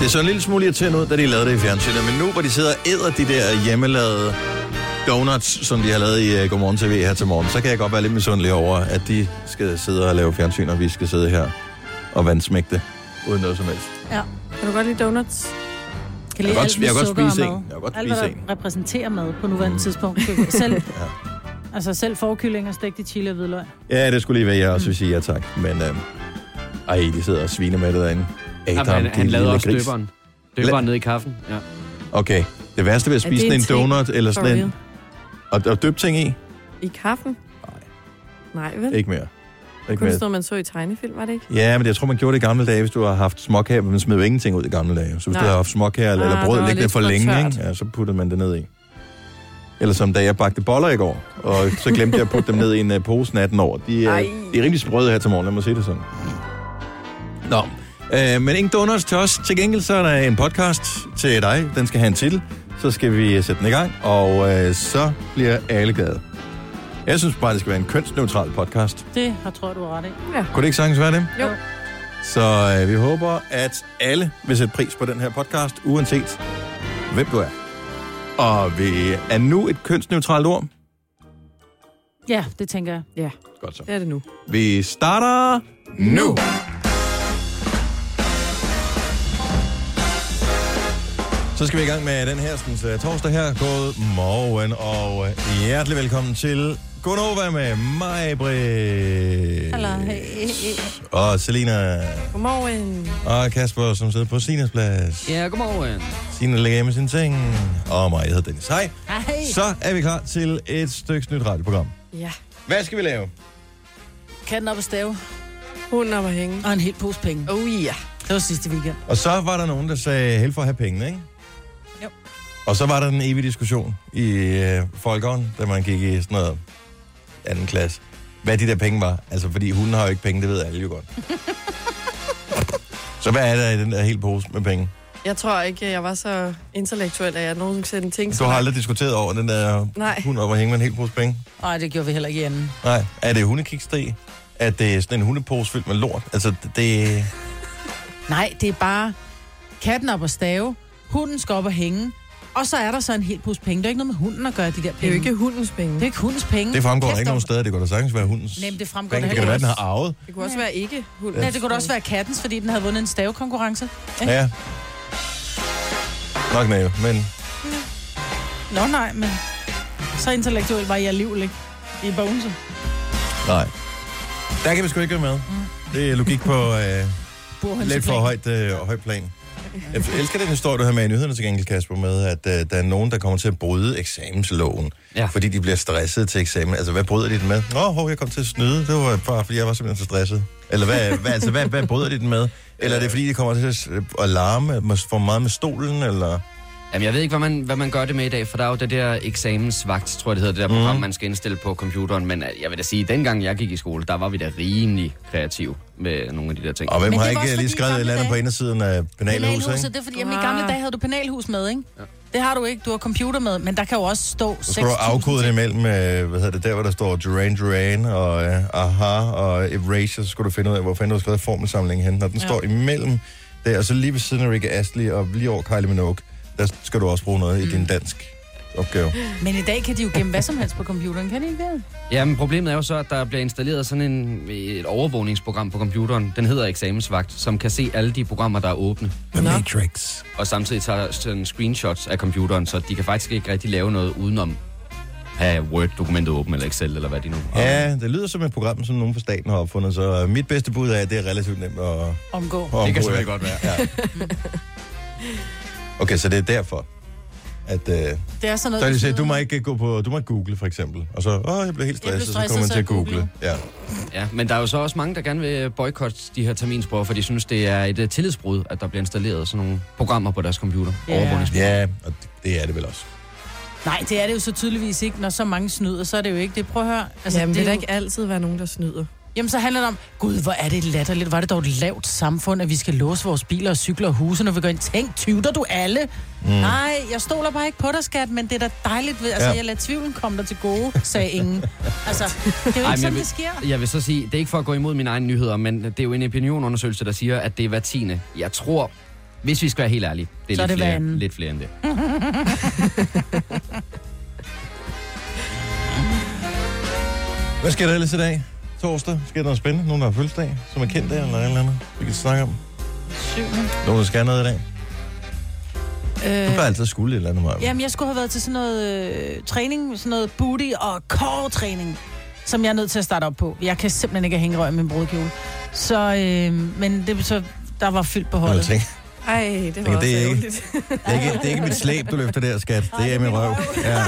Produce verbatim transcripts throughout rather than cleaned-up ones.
Det så en lille smule irriterende ud, da de lavede det i fjernsynet, men nu hvor de sidder og æder de der hjemmelavede donuts, som de har lavet i uh, Godmorgen T V her til morgen, så kan jeg godt være lidt misundelig over, at de skal sidde og lave fjernsyn, og vi skal sidde her og vandsmægte det uden noget som helst. Ja. Kan du godt lide donuts? Kan jeg, jeg, godt, jeg kan godt spise en. Jeg kan godt alt, spise hvad en. der repræsenterer mad på nuværende mm. tidspunkt. Selv, ja. Altså selv forkyllinger, stegt i chili og hvidløg. Ja, det skulle lige være, jeg også vil sige ja tak. Men øh, ej, de sidder og sviner med det derinde. Adam, han han lavede også gris. døberen. Døberen La- ned i kaffen, ja. Okay. Det værste ved at spise en, en donut eller sådan en... Og, og døbe ting i? I kaffen? Nej. Nej, vel? Ikke mere. Ikke Kun sådan, man så i tegnefilm, var det ikke? Ja, men jeg tror, man gjorde det i gamle dage, hvis du har haft småkager, men man smed jo ingenting ud i gamle dage. Så hvis Nej. du har haft småkager eller, eller brød liggende for længe, ikke? Ja, så puttede man det ned i. Eller som da jeg bagte boller i går, og så glemte jeg at putte dem ned i en uh, pose atten år. De, uh, de er rimelig sprøde her til morgen, lad mig sige det sådan. Nå, uh, men ingen donuts til os. Til gengæld så er der en podcast til dig. Den skal have en titel. Så skal vi sætte den i gang, og uh, så bliver alle glade. Jeg synes bare, det skal være en kønsneutral podcast. Det har tror du er ret i. Ja. Kunne det ikke sagtens være det? Jo. Så uh, vi håber, at alle vil sætte pris på den her podcast, uanset hvem du er. Og vi er nu et kønsneutralt ord. Ja, det tænker jeg. Ja, godt så. Det er det nu. Vi starter nu. Så skal vi i gang med den her sådan, uh, torsdag her. God morgen og uh, hjertelig velkommen til Godnova med mig, Britt. Hallo, hey. Og Selina. Godmorgen. Og Kasper, som sidder på Sinas plads. Ja, godmorgen. Signe ligger hjemme i sin ting. Og mig, jeg hedder Dennis. Hej. Hej. Så er vi klar til et stykke nyt radioprogram. Ja. Hvad skal vi lave? Katten op og stave. Hunden op og hænge. Og en hel pose penge. Oh ja. Yeah. Det var sidste weekend. Og så var der nogen, der sagde, held for at have pengene, ikke? Jo. Og så var der den evige diskussion i øh, folkeånden, da man gik i sådan noget anden klasse. Hvad de der penge var. Altså, fordi hunden har jo ikke penge, det ved alle jo godt. Så hvad er der i den der hele pose med penge? Jeg tror ikke, jeg var så intellektuel, at jeg nogensinde tænkte... Du har aldrig diskuteret over den der Nej. hund op og hænge med en hel pose penge? Nej, det gjorde vi heller ikke i anden. Nej. Er det hundekiksdag? Er det sådan en hundepose fyldt med lort? Altså, det... Nej, det er bare katten op og stave. Hunden skal op og hænge. Og så er der så en hel pose penge. Det er ikke noget med hunden at gøre, de der penge. Det er jo ikke hundens penge. Det er ikke hundens penge. Det fremgår Kæft ikke om... nogen steder. Det kunne da sagtens være hundens Nej, det fremgår penge. det Det kan da være, den har arvet. Det kunne også være ikke hundens. Nej, det kunne også være kattens, fordi den havde vundet en stavekonkurrence. Ja. ja. Nok nej, men... Nå nej, men så intellektuelt var jeg alligevel ikke i Bogense. Nej. Der kan vi sgu ikke gøre med. Mm. Det er logik på øh, lidt for højt, øh, højt plan. Jeg elsker den historie, du har med i nyhederne til gengæld, Kasper, med, at øh, der er nogen, der kommer til at bryde eksamensloven, ja. Fordi de bliver stresset til eksamen. Altså, hvad bryder de den med? Nå, hov, jeg kom til at snyde. Det var bare, fordi jeg var simpelthen så stresset. Eller hvad, hvad, altså, hvad, hvad bryder de den med? Eller er det, fordi de kommer til at larme for meget med stolen, eller... Jamen, jeg ved ikke, hvad man, hvad man gør det med i dag, for der er jo det der eksamensvagt, tror jeg, det hedder, det der program, mm. man skal indstille på computeren. Men jeg vil da sige, at dengang jeg gik i skole, der var vi da rimelig kreative med nogle af de der ting. Og hvem har ikke lige skrevet et eller andet på indersiden af penalhuset, ikke? Det er fordi, jamen, i gamle dage havde du penalhus med, ikke? Ja. Det har du ikke. Du har computer med, men der kan jo også stå seks tusind. Så skal du afkode det imellem, hvad hedder det, der hvor der står Duran Duran og uh, Aha og Erasure, så skal du finde ud af, hvor fanden du har skrevet formelsamlingen hen. Når den ja. står imellem der, og så lige ved siden af Rick Astley og lige over Kylie Minogue, der skal du også bruge noget mm. i din dansk opgave. Men i dag kan de jo gemme hvad som helst på computeren, kan de ikke det? Ja, men problemet er jo så, at der bliver installeret sådan en, et overvågningsprogram på computeren. Den hedder Eksamensvagt, som kan se alle de programmer, der er åbne. The Matrix. Og samtidig tager sådan screenshots af computeren, så de kan faktisk ikke rigtig lave noget udenom have Word-dokumentet åbent, eller Excel, eller hvad de nu har. Ja, det lyder som et program, som nogen fra staten har opfundet, så mit bedste bud er, at det er relativt nemt at omgå. At omgå det kan selvfølgelig godt være. Ja. Okay, så det er derfor, at... Øh, det er sådan noget... Så de siger, du må ikke gå på... Du må ikke google, for eksempel. Og så, åh, jeg bliver helt stresset, stresset så kommer man til at google. google. Ja. Ja, men der er jo så også mange, der gerne vil boykotte de her terminsprøver, for de synes, det er et uh, tillidsbrud, at der bliver installeret sådan nogle programmer på deres computer. Yeah. Ja, og det, det er det vel også. Nej, det er det jo så tydeligvis ikke. Når så mange snyder, så er det jo ikke det. Prøv at høre. Altså, Jamen, det vil jo... ikke altid være nogen, der snyder. Jamen, så handler det om, gud, hvor er det latterligt. Var det dog et lavt samfund, at vi skal låse vores biler og cykler og huse, når vi går ind? Tænk, tyvter du alle? Mm. Nej, jeg stoler bare ikke på dig, skat, men det er da dejligt. Ved, altså, ja. Jeg lader tvivlen komme dig til gode, sagde ingen. Altså, det er jo ikke Ej, sådan, vil, det sker. Jeg vil så sige, det er ikke for at gå imod mine egne nyheder, men det er jo en opinionundersøgelse, der siger, at det er hver tiende. Jeg tror, Hvis vi skal være helt ærlige. Det er, så lidt, er det flere, vandet. lidt flere end det. Hvad sker der ellers i dag? Torsdag? Sker der noget spændende? Nogen, der har fødselsdag, som er kendt der, eller et eller andet? Vi kan snakke om. Syvende. Nogen, der skal noget i dag? Øh, Du kan altid skulle et eller andet, Maja. Jamen, jeg skulle have været til sådan noget øh, træning, sådan noget booty- og core-træning, som jeg er nødt til at starte op på. Jeg kan simpelthen ikke hænge røg i min brudkjole. Så, øh, men det så der var fyldt på holdet. Jeg Ej, det var det, også er ikke, ærgerligt. det, er ikke, det er ikke mit slæb, du løfter der, skat. Det er min røv. Ja.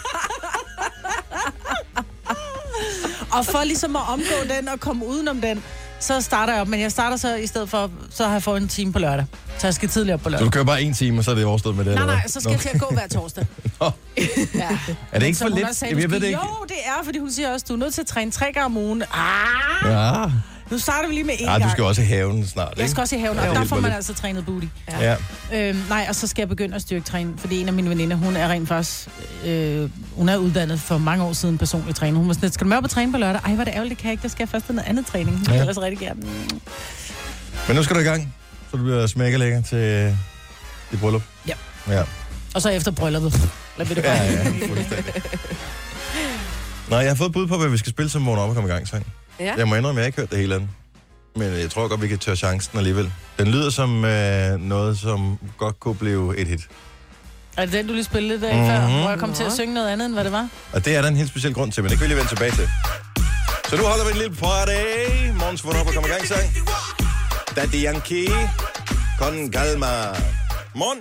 Og for ligesom at omgå den og komme udenom den, så starter jeg op. Men jeg starter så i stedet for, så har jeg fået en time på lørdag. Så jeg skal tidligere op på Så lørdag. du kører bare en time, og så er det overstået med det? Nej, eller nej, hvad? så skal jeg til at gå hver torsdag. Nå. Ja. Er det ikke Som for hun lidt? også sagde, Jamen, jeg du ved det skal- ikke. Jo, det er, fordi hun siger også, du er nødt til at træne tre gange om ugen. Ah, Ja. nu starter vi lige med én Ja, gang. du skal også i haven snart, ikke? Jeg skal også i haven, Ja, og der helt får man vildt. altså trænet booty. Ja. Øhm, nej, og så skal jeg begynde at styrketræne, fordi en af mine veninder, hun er rent faktisk, øh, hun er uddannet for mange år siden personlig træner. Hun var sådan lidt, skal du med op og træne på lørdag? Ej, hvor er det ærgerligt, det kan jeg ikke, der skal jeg først til noget andet træning. Det Ja. vil jeg også rigtig gerne. Men nu skal du i gang, så du bliver smækkelækker til dit bryllup. Ja. Ja. Og så efter brylluppet. Lad det Ja, ja, fuldstændig. Nå, jeg har fået bud på, hvad vi skal spille, som vågner op og kommer i gang, sang. Ja. Jeg må indrømme, jeg har ikke hørt det hele andet. Men jeg tror godt, vi kan tørre chancen alligevel. Den lyder som øh, noget, som godt kunne blive et hit. Er det den, du lige spillede lidt af Mhm. før, hvor jeg kom til at synge noget andet, end hvad det var? Og det er der en helt speciel grund til, men det kan vi lige vende tilbage til. Så nu holder vi en lille party. Morgens vågner op og kommer i gang, sang. Daddy Yankee. Con calma. Morgen.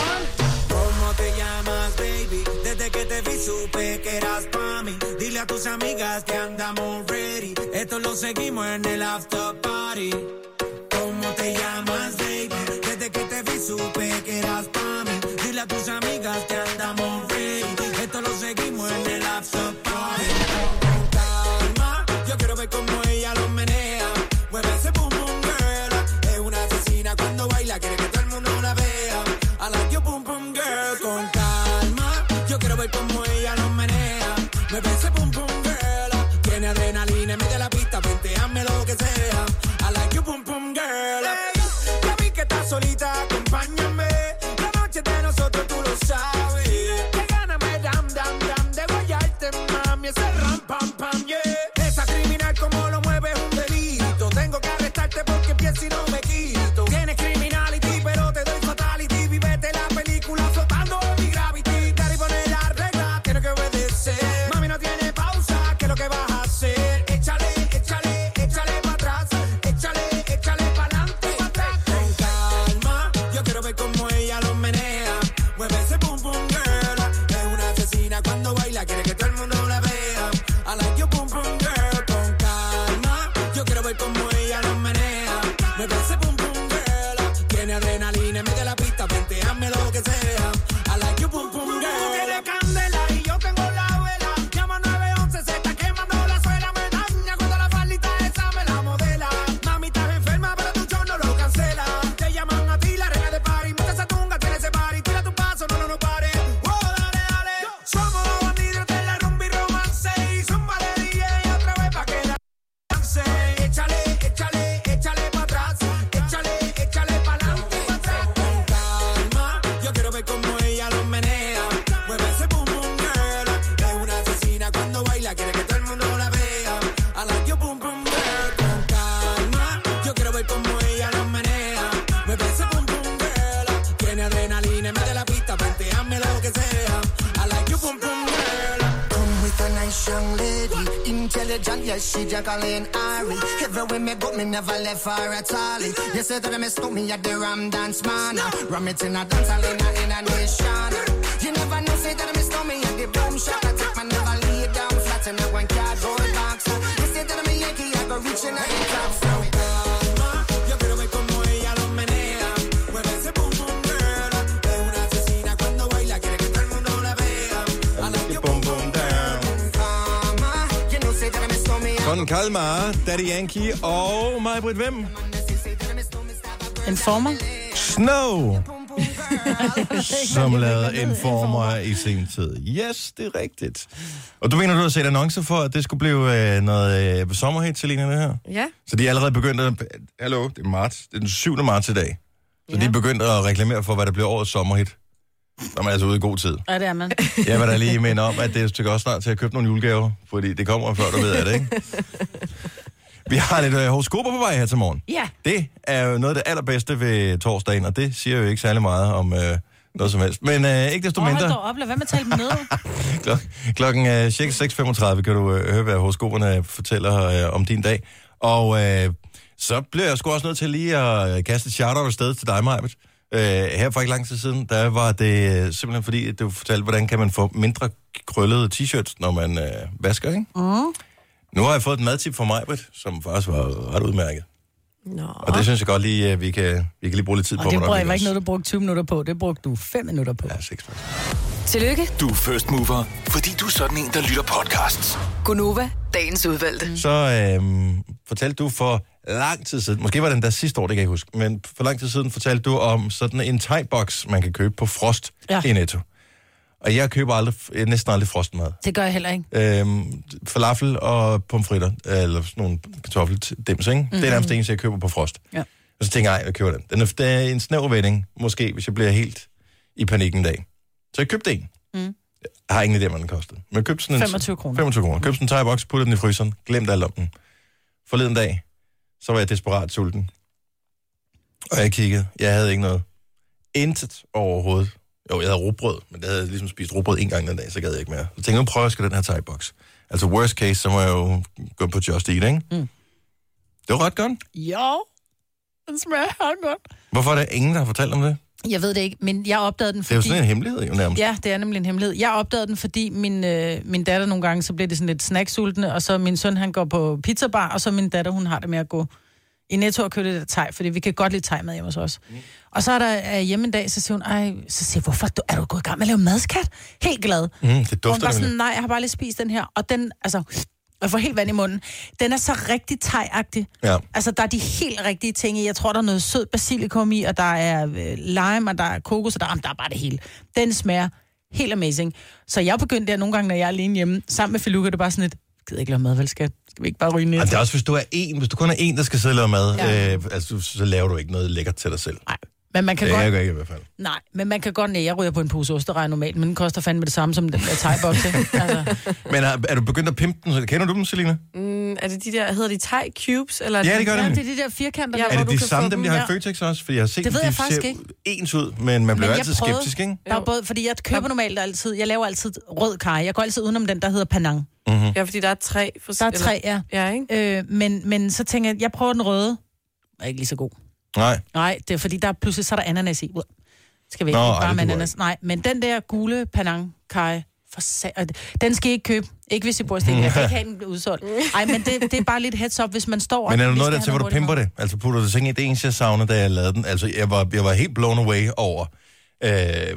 ¿Cómo te llamas, baby? Desde que te vi supe que eras pa' mí. Dile a tus amigas que andamos ready. Esto lo seguimos en el after party. ¿Cómo te llamas, baby? Desde que te vi supe que eras pa' mí. Dile a tus amigas que andamos ready. Esto lo seguimos en el after party. Con calma, yo quiero ver cómo ella lo menea. Mueve ese boom boom girl. Es una asesina cuando baila, quiere que todo el mundo la vea. I like your boom boom girl. Con calma, yo quiero ver cómo ella lo menea. Mueve ese boom boom girl. Tiene adrenalina en medio de la pista, venteame lo que sea. I like your boom boom girl. Hey, ya vi que estás solita, acompáñame. La noche de nosotros tú lo sabes. Que gana me dam dam dam de guayarte, mami. Ese ram pam pam yeah. Esa criminal como lo mueve es un delito. Tengo que arrestarte porque pienso y no me quito. Tienes criminality pero te doy fatality. Vivete la película flotando en mi gravity. Dar y poner la regla, tiene que obedecer. Mami no tiene pausa, ¿qué es lo que vas a hacer? Échale, échale, échale para atrás. Échale, échale para adelante. Con calma, yo quiero ver cómo ella lo menea. Mueve ese boom boom girl. Es una asesina cuando baila, quiere que todo el mundo la vea. I like your boom boom girl. Con calma, yo quiero ver cómo ella lo menea. Mueve ese boom boom girl. Tiene adrenalina en medio de la pista, venteame lo que sea. I like your boom boom girl. Tú tienes candela y yo tengo la vela. Llama nueve once, se está quemando la suela. Me daña cuando la faldita esa me la modela. Mami, estás enferma, pero tu show no lo cancela. Te llaman a ti, la reina de party. Mucha esa tunga, tiene ese party. Tira tu paso, no, no, no pare. Oh, dale, dale. Somos los bandidos de la rumba y romance. Y zumba de D J otra vez pa' que la dance. Échale, échale, échale pa' atrás. Échale, échale pa' adelante. Con calma, yo quiero ver cómo ella lo menea. Mueve ese boom boom girl. Es una asesina cuando baila, quiere que todo el mundo la vea. I like your boom boom girl. Con calma, yo quiero ver cómo ella lo menea. Mueve ese boom boom girl. Tiene adrenalina en medio de la pista, venteame lo que sea. I like your boom boom girl. Come with a nice young lady, intelligent, yes, she Jacqueline Ari. Everywhere me go, me never left her at all. You said that me stop me at the Ram Dance Man. Ram it in a dance hall in a, in a nation. You never know, say that me stop me at the boom shop. I take my never lay down flat in a one cardboard box. You said that me Yankee, I go reaching out the top. So Calma, yo quiero ver cómo ella lo menea. Mueve ese boom boom girl. Es una asesina cuando baila, quiere que todo el mundo la vea. I like your Boom, boom, down. calma, you know, say that me stop me at Con calma, Daddy Yankee og mig, Britt Hvem. En former? Snow, som lavede Informer i sin tid. Yes, det er rigtigt. Og du mener, du har set annoncer for, at det skulle blive øh, noget øh, sommerhit, Selina, det her? Ja. Så de er allerede begyndt at... Hallo, det er marts. Det er den syvende marts i dag. Så ja. de er begyndt at reklamere for, hvad der bliver årets sommerhit. Så er man altså ude i god tid. Ja, det er man. Jeg vil da lige minde om, at det er stykke også snart til at købe nogle julegaver, fordi det kommer før du ved af det, ikke? Vi har lidt øh, horoskoper på vej her til morgen. Ja. Det er jo noget af det allerbedste ved torsdagen, og det siger jo ikke særlig meget om øh, noget som helst. Men øh, ikke desto mindre... Hold dog op, lad være med at tale med noget. Klok- klokken øh, cirka seks femogtredive kan du øh, høre, hvad horoskoperne fortæller øh, om din dag. Og øh, så bliver jeg sgu også nødt til lige at kaste et shout-out afsted til dig, Majbet. Øh, her for ikke lang tid siden, der var det simpelthen fordi, at du fortalte, hvordan kan man få mindre krøllede t-shirts, når man øh, vasker, ikke? Mm. Nu har jeg fået et madtip fra Majbet, som faktisk var ret udmærket. Nå. Og det synes jeg godt lige, at vi kan, vi kan lige bruge lidt tid og på. Og det brugte ikke noget, du brugte tyve minutter på. Det brugte du fem minutter på. Ja, seks minutter. Tillykke. Du er first mover, fordi du er sådan en, der lytter podcasts. Gunova, dagens udvalgte. Så øhm, fortalte du for lang tid siden, måske var den der sidste år, det kan jeg huske, men for lang tid siden fortalte du om sådan en thai-boks, man kan købe på Frost ja. i Netto. Og jeg køber aldrig, næsten aldrig frostmad. Det gør jeg heller ikke. Øhm, falafel og pomfritter, eller sådan nogle kartoffeldims, ikke? Mm-hmm. Det er nærmest det eneste, jeg køber på Frost. Ja. Og så tænker jeg, jeg køber den. Den er, det er en snæver vending, måske, hvis jeg bliver helt i panik en dag. Så jeg købte en. Mm. Jeg har ingen idé, hvad den kostede. Men jeg købte sådan en... femogtyve kroner. femogtyve kroner. Købte sådan en thai-boks, puttede den i fryseren, glemte alt om den. Forleden dag, så var jeg desperat sulten. Og jeg kiggede. Jeg havde ikke noget. Intet overhovedet. Jo, jeg havde rugbrød, men jeg havde ligesom spist rugbrød en gang den dag, så gad jeg ikke mere. Så tænkte jeg, nu prøver jeg sgu den her thai-boks. Altså worst case, så må jeg jo gå på Just Eat, ikke? Mm. Det var ret godt. Jo, den smager ret godt. Hvorfor er der ingen, der har fortalt om det? Jeg ved det ikke, men jeg opdagede den, fordi... Det er jo sådan en hemmelighed, jo nærmest. Ja, det er nemlig en hemmelighed. Jeg opdagede den, fordi min, øh, min datter nogle gange, så bliver det sådan lidt snacksultne, og så min søn, han går på pizzabar, og så min datter, hun har det med at gå i Netto og købe det der thai, fordi vi kan godt lide thai med hjemme hos os. Mm. Og så er der øh, hjemme en dag, så siger hun, ej, så siger jeg, hvorfor er du gået i gang med at lave madskat? Helt glad. Mm, det dufter og hun sådan, nej, jeg har bare lige spist den her, og den, altså... Jeg får helt vand i munden. Den er så rigtig thai-agtig. Ja. Altså, der er de helt rigtige ting i. Jeg tror, der er noget sød basilikum i, og der er øh, lime, og der er kokos, og der, jamen, der er bare det hele. Den smager helt amazing. Så jeg begyndte der nogle gange, når jeg er alene hjemme, sammen med Feluca, det er bare sådan et, jeg gider ikke lave mad, vel skat? Skal vi ikke bare ryge ned? Det er også, hvis du er en, hvis du kun er en, der skal sidde og lave mad, ja. øh, altså, så laver du ikke noget lækkert til dig selv. Nej. Men man kan det godt... jeg gør ikke i hvert fald. Nej, men man kan godt... Nej, jeg ryger på en pose osterej normalt, men den koster fandme det samme som den der thai-boks, altså. Men er, er du begyndt at pimpe den? Så kender du dem, Selina? Mm, er det de der... Hedder de thai cubes? Eller ja, det gør ja, det. det er de der firkanter. Ja, der, er det de samme, dem de har i Føtex også? Fordi jeg har set, det ved de jeg faktisk ser ikke. ens ud, men man bliver men altid prøvede, skeptisk, ikke? Der er både, fordi jeg køber normalt altid... Jeg laver altid rød karry. Jeg går altid udenom den, der hedder panang. Mm-hmm. Ja, fordi der er tre... For... Der er tre, ja. Ja, ikke? Øh, men, men så tænker jeg, jeg prøver den røde. Er ikke lige så god. Nej. Nej, det er fordi, der pludselig så er der ananas i. Skal vi ikke Nå, bare ej, med ananas? Nej, men den der gule panang kaj, for sag... den skal I ikke købe. Ikke hvis I bor i Stenbjerg. Jeg kan ikke have den udsolgt. Nej, men det, det er bare lidt heads up, hvis man står... Men er der noget der til, hvor du pimper det? Altså putter du ting i det eneste, jeg savnede, da jeg lavede den? Altså, jeg var, jeg var helt blown away over... Øh,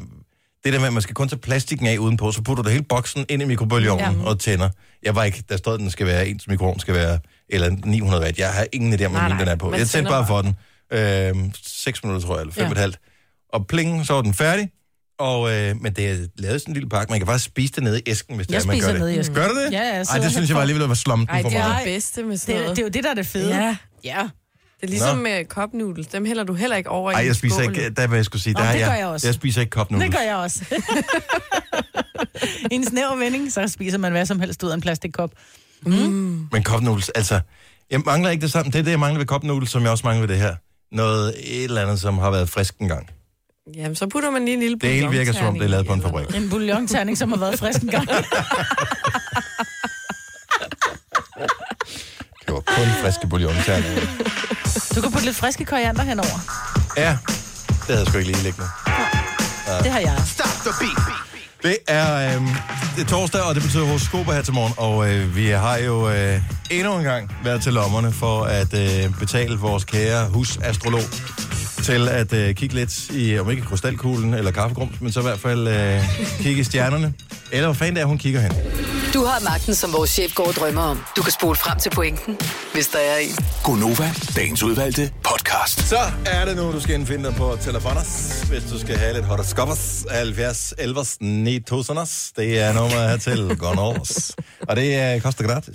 det der med, at man skal kun tage plastikken af udenpå, så putter du hele boksen ind i mikrobølgeovnen ja. og tænder. Jeg var ikke... Der stod, at den skal være... Ens mikroovn skal være... Eller ni hundrede watt. Jeg har ingen idé om, hvor min den er på. Jeg tændte bare for den. Øh, seks minutter, tror jeg, eller fem og et halvt. Og pling, så var den færdig. Og, øh, men det er lavet sådan en lille pakke. Man kan faktisk spise det nede i æsken, hvis det er, man gør det. Nede i æsken. Gør du det? Ja, jeg Ej, det synes jeg var alligevel var slumpen Ej, for mig. det er det bedste med sådan noget. Det, det er jo det, der er det fede. Ja. Ja. Det er ligesom Nå. med cup noodles. Dem hælder du heller ikke over Ej, i jeg spiser skål. ikke, der vil jeg skulle sige, Nå, der det jeg, gør jeg også. Jeg spiser ikke cup noodles. Det gør jeg også. I en snæver vending, så spiser man hvad som helst ud af en plastikkop. Mm. Mm. Men cup noodles, altså, jeg mangler ikke det samme. Det er det, jeg mangler ved cup noodles, som jeg også mangler ved det her. Noget et eller andet, som har været frisk en gang. Jamen, så putter man lige en lille det hele virker som om, det er lavet på en fabrik. En bouillonterning, som har været frisk en gang. Det var kun friske bouillonterninger. Du kan putte lidt friske koriander henover. Ja, det havde jeg sgu ikke lige liggende. Ja. Det har jeg. Stop the beat. Det er, øh, det er torsdag, og det betyder horoskoper her til morgen. Og øh, vi har jo øh, endnu en gang været til lommerne for at øh, betale vores kære husastrolog til at øh, kigge lidt i, om ikke krystalkuglen eller kaffegrums, men så i hvert fald øh, kigge i stjernerne. Eller hvor fanden det er, hun kigger hen. Du har magten, som vores chef går og drømmer om. Du kan spole frem til pointen, hvis der er en. Gonova, dagens udvalgte podcast. Så er det nu, du skal indfinde dig på telefoners, hvis du skal have lidt horoskopers. halvfjerds elleve ni tusind. Det er nummer her til Gonova. Og det øh, koster gratis.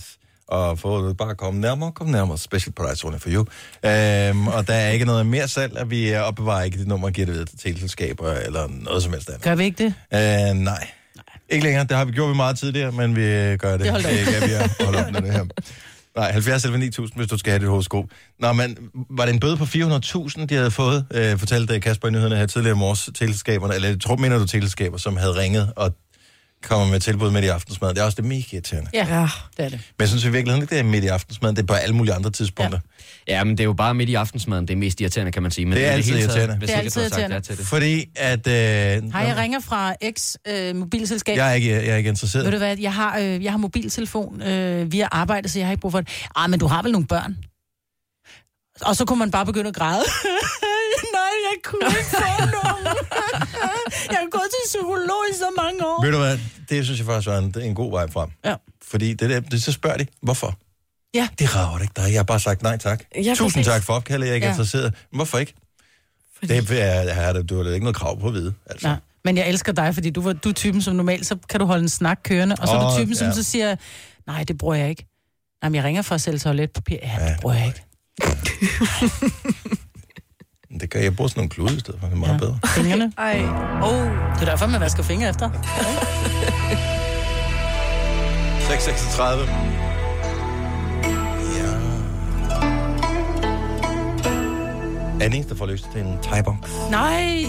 og få bare komme nærmere, komme nærmere, special price only for you. Øhm, og der er ikke noget mere salg, at vi opbevarer ikke dit nummer og giver det videre til teleselskaber eller noget som helst andet. Gør vi ikke det? Øh, nej. Ikke længere, det har vi gjort vi meget tidligere, men vi gør det. Det holder ikke, at vi har holdt op med det her. Nej, halvfjerds eller ni tusind, hvis du skal have dit horoskop. Nå, men var det en bøde på fire hundrede tusind, de havde fået? Øh, fortalte Kasper i nyhederne her tidligere morges, teleselskaberne, eller jeg tror, mener du teleselskaber, som havde ringet og kommer med tilbud midt i aftensmad. Det er også det mega irriterende. Ja, det er det. Men jeg synes i virkeligheden ikke, det er midt i aftensmaden. Det er på alle mulige andre tidspunkter. Ja. Ja, men det er jo bare midt i aftensmaden. Det er mest irriterende, kan man sige. Men det er det altid hele taget, irriterende. hvis Det er ikke altid du har sagt irriterende. ja til det. Fordi at... Øh, Hej, jeg ringer fra X øh, mobilselskab. Jeg er ikke, jeg er ikke interesseret. Ved du hvad, jeg har, øh, jeg har mobiltelefon øh, via arbejde, så jeg har ikke brug for det. Ah, men du har vel nogle børn? Og så kunne man bare begynde at græde. Nej, jeg kunne ikke få nogen. Jeg har gået til psykolog i så mange år. Ved du hvad, det synes jeg faktisk var en, en god vej frem. Ja. Fordi det der, det, så spørger de, hvorfor? Ja. Det rager ikke dig. Jeg har bare sagt nej tak. Ja, Tusind præcis. tak for opkaldet, jeg er ikke Ja. interesseret. Men hvorfor ikke? Fordi... Det er, her, du har da ikke noget krav på at vide. Altså. Ja. Men jeg elsker dig, fordi du, var, du er typen, som normalt, så kan du holde en snak kørende, og så er Åh, du typen, som ja. så siger, nej, det bruger jeg ikke. Nej, men jeg ringer for at sælge toiletpapir. Ja, det bruger jeg ikke. Det kan jeg bruge sådan nogle klude i stedet for. Det er meget ja. bedre. Fingrene. Ej. Oh, det er derfor, man vasker fingre efter. seks seksogtredive. Ja. Annie, der får lyst til en thai-box. Nej.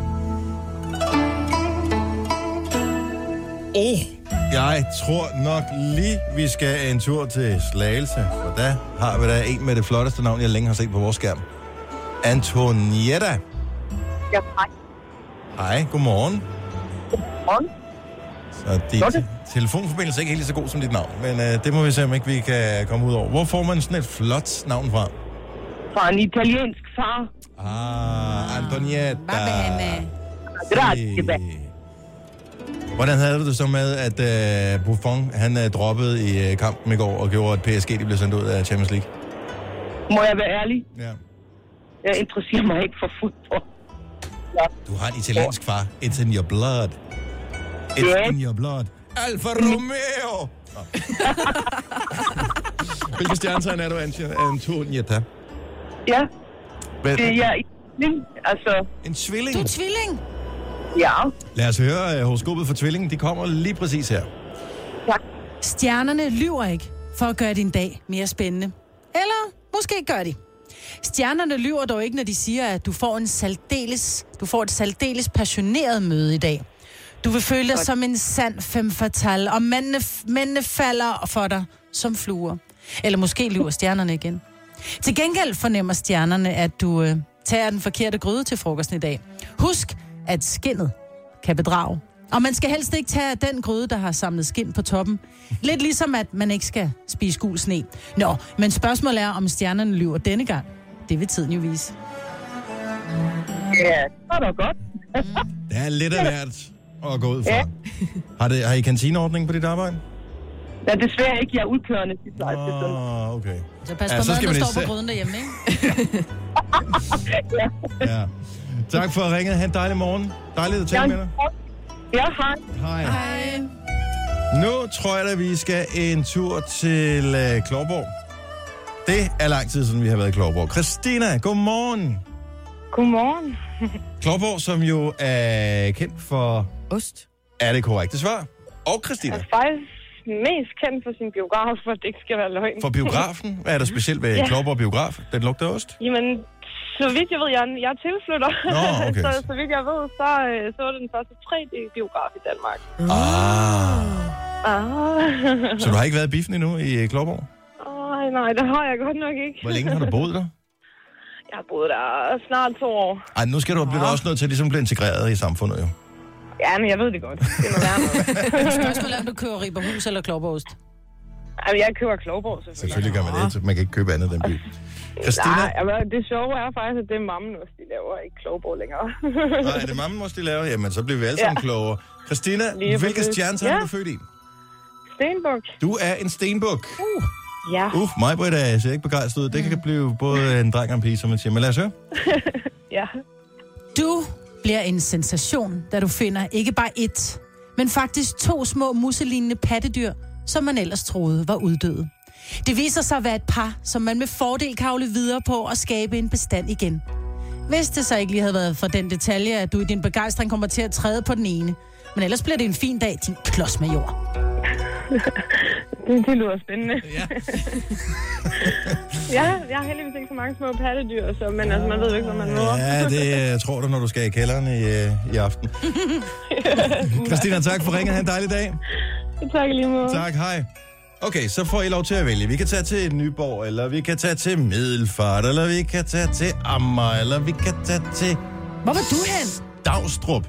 Oh, jeg tror nok lige, vi skal en tur til Slagelse. For der har vi da en med det flotteste navn, jeg længe har set på vores skærm. Antonietta. Ja, hej. Hej, godmorgen. Godmorgen. Så din te- telefonforbindelse er ikke helt lige så god som dit navn, men øh, det må vi se, om ikke vi kan komme ud over. Hvor får man sådan et flot navn fra? Fra en italiensk far. Ah, Antonietta. Grazie. Hvordan havde du det så med, at uh, Buffon, han uh, droppede i uh, kampen i går og gjorde, at P S G de blev sendt ud af Champions League? Må jeg være ærlig? Ja. Jeg interesserer mig ikke for fodbold. Ja. Du har en italiensk far. It's in your blood. It's Yeah. in your blood. Alfa Romeo! Hvilke stjernetegn er du, Antonietta? Ja, Hvad? det er jeg. Altså, En tvilling? Du er tvilling. ja. Lad os høre uh, horoskopet for tvillingen. De kommer lige præcis her. Tak. Stjernerne lyver ikke for at gøre din dag mere spændende. Eller måske gør de. Stjernerne lyver dog ikke, når de siger, at du får, en saldeles, du får et saldeles passioneret møde i dag. Du vil føle dig som en sand femme fatale, og mændene, mændene falder for dig som fluer. Eller måske lyver stjernerne igen. Til gengæld fornemmer stjernerne, at du øh, tager den forkerte gryde til frokosten i dag. Husk, at skindet kan bedrage. Og man skal helst ikke tage den gryde, der har samlet skind på toppen. Lidt ligesom, at man ikke skal spise gul sne. Nå, men spørgsmålet er, om stjernerne lyver denne gang. Det vil tiden jo vise. Ja, det var da godt. Det er lidt af hvert at gå ud fra. Ja. Har, det, har I kantineordning på dit arbejde? Ja, desværre ikke. Jeg er udkørende til plejeperson. Åh, okay. Så pas Ja, på så skal maden, der man står især- på gryden derhjemme, ikke? Ja. Ja. Tak for at ringe. Ha' en dejlig morgen. Dejligt at tale med dig. Ja, hej. Hej. Hej. Nu tror jeg, at vi skal en tur til uh, Klovborg. Det er lang tid siden, vi har været i Klovborg. Christina, godmorgen. Godmorgen. Klovborg, som jo er kendt for... Ost. Er det korrekte svar? Og Christina, Jeg er faktisk mest kendt for sin biograf, for det ikke skal være løgn. for biografen. Hvad er der specielt ved Ja. Klovborg Biograf? Den lugter ost? Jamen, så vidt jeg ved, jeg er, jeg er tilflytter. Nå, okay. så, så vidt jeg ved, så, øh, så var det den første tre D-biograf i Danmark. Ah. Ah. Så du har ikke været i biffen endnu i øh, Klovborg? Ej, nej, det har jeg godt nok ikke. Hvor længe har du boet der? Jeg har boet der snart to år. Ej, nu skal du blive også nødt til at ligesom blive integreret i samfundet, jo. Ja, men jeg ved det godt. Det er noget værre. Spørgsmålet er, om du køber Riberhus eller Klovborgost. Jamen, jeg køber Klovborg, selvfølgelig. Selvfølgelig gør man det, så man kan ikke købe andet end by. Christina? Nej, jamen, det sjove er faktisk, at det er mammenost, de laver, ikke Klovborg længere. Nej, er det mammen måske de laver? Jamen, så bliver vi alle sammen ja. klogere. Christina, Lige hvilke præcis. stjernetegn Ja. er du født i? Stenbuk. Du er en stenbuk. Uh. Ja. Uh, mig, Britt, er jeg ikke begejstret ud. Det kan blive både en dreng og en pige, som man siger. Men lad os høre. Ja. Du bliver en sensation, da du finder ikke bare ét, men faktisk to små muselignende pattedyr, som man ellers troede var uddøde. Det viser sig at være et par, som man med fordel kan avle videre på og skabe en bestand igen. Hvis det så ikke lige havde været for den detalje, at du i din begejstring kommer til at træde på den ene. Men ellers bliver det en fin dag, din klodsmajor. det, det lyder spændende. Ja. ja, jeg har heldigvis ikke så mange små pattedyr, så, men altså, man ved jo ikke, hvad man møder. Ja, det uh, tror du, når du skal i kælderen i, uh, i aften. Christina, tak for ringet. Ha' en dejlig dag. Tak lige måde. Tak, hej. Okay, så får I lov til at vælge. Vi kan tage til Nyborg, eller vi kan tage til Middelfart, eller vi kan tage til Amager, eller vi kan tage til... Hvor var du hen? Davstrup.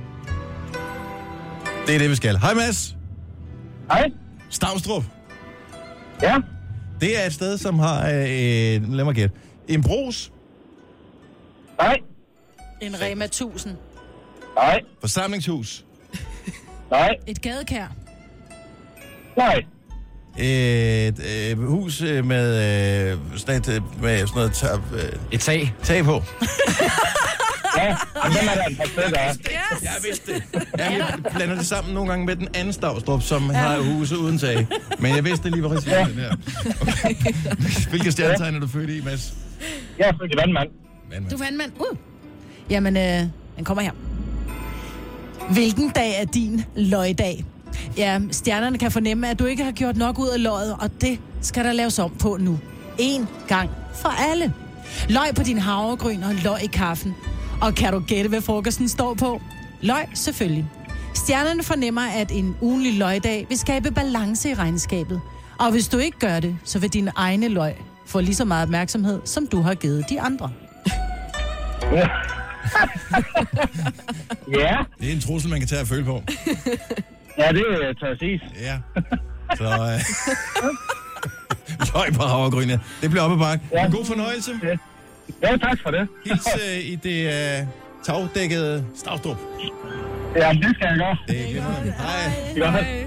Det er det, vi skal. Hej, Mads. Hej. Stavstrup. Ja. Det er et sted, som har... Øh, lad mig gætte. En brus. Nej. En Rema tusind. Nej. Forsamlingshus. Nej. Et gadekær. Nej. Et øh, hus øh, med, øh, sådan et, øh, med sådan noget tab, øh, et tag. Tag på. Ja, og den er der et par stykker af. Yes. Jeg vidste det. Jeg blander det sammen nogle gange med den anden Stavstrup, som ja. har huse uden tag. Men jeg vidste lige, hvad jeg ja. Okay. Hvilke stjernetegn er du født i, Mads? Jeg er født i vandmand. vandmand. Du er vandmand. Uh. Jamen, øh, den kommer her. Hvilken dag er din løgdag? Ja, stjernerne kan fornemme, at du ikke har gjort nok ud af løget, og det skal der laves om på nu. En gang for alle. Løg på din havregryn og løg i kaffen. Og kan du gætte, hvad frokosten står på? Løg, selvfølgelig. Stjernerne fornemmer, at en ugenlig løgdag vil skabe balance i regnskabet. Og hvis du ikke gør det, så vil dine egne løg få lige så meget opmærksomhed, som du har givet de andre. Ja. Ja. Det er en trussel, man kan tage at føle på. Ja, det tør jeg sige. Ja. Så... Øh... løg på havregryn, ja. Det bliver op ad bakke. Ja. God fornøjelse. Ja. Ja, tak for det. Hils øh, i det øh, tagdækkede Stavstrup. Ja, det skal jeg gøre. Det glemmer man. Hej. Ja. Hej.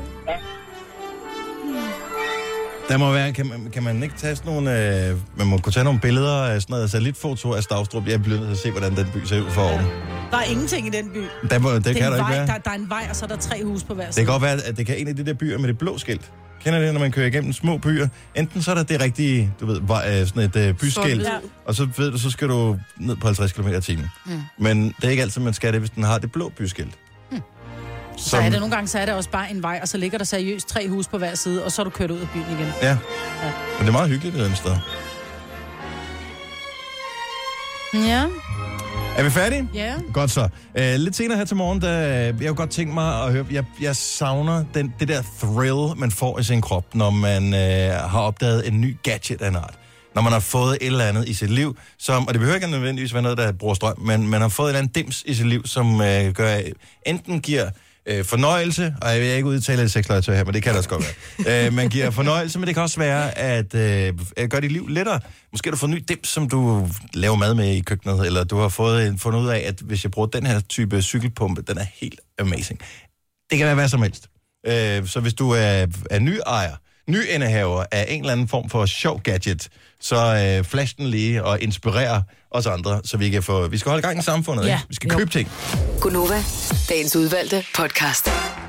Der må være, kan man, kan man ikke tage sådan nogle, øh, man må kunne tage nogle billeder af sådan noget satellitfoto af Stavstrup. Jeg bliver nødt til at se, hvordan den by ser ud for oven. Der er ingenting i den by. Der må, det, det kan der ikke vej, være. Der, der er en vej, og så er der tre huse på hver side. Det kan godt være, at det kan en af de der byer med det blå skilt. Kender det, når man kører igennem små byer? Enten så er der det rigtige, du ved, vej, sådan et uh, byskilt, ja. Og så ved du, så skal du ned på halvtreds kilometer i timen. Mm. Men det er ikke altid, man skal det, hvis den har det blå byskilt. Mm. Så er det nogle gange, så er det også bare en vej, og så ligger der seriøst tre huse på hver side, og så er du kørt ud af byen igen. Ja, ja. Men det er meget hyggeligt det sted. Ja. Er vi færdige? Ja. Godt så. Uh, lidt senere her til morgen, der, jeg har godt tænkt mig at høre, jeg, jeg savner den, det der thrill, man får i sin krop, når man uh, har opdaget en ny gadget af en art. Når man har fået et eller andet i sit liv, som, og det behøver ikke nødvendigvis være noget, der bruger strøm, men man har fået et eller andet dims i sit liv, som uh, gør, enten giver uh, fornøjelse, og jeg vil ikke udtale et sexlegetøj her, men det kan det også godt være. uh, man giver fornøjelse, men det kan også være, at uh, gøre dit liv lettere. Måske har du fået en ny dims, som du laver mad med i køkkenet, eller du har fået, fundet ud af, at hvis jeg bruger den her type cykelpumpe, den er helt amazing. Det kan være hvad som helst. Uh, så hvis du er, er ny ejer, ny indehaver af en eller anden form for sjov gadget, så øh, flash den lige og inspirere os andre, så vi kan få... Vi skal holde gang i samfundet, ja. Ikke? Vi skal jo. købe ting. Gunova, dagens udvalgte podcast.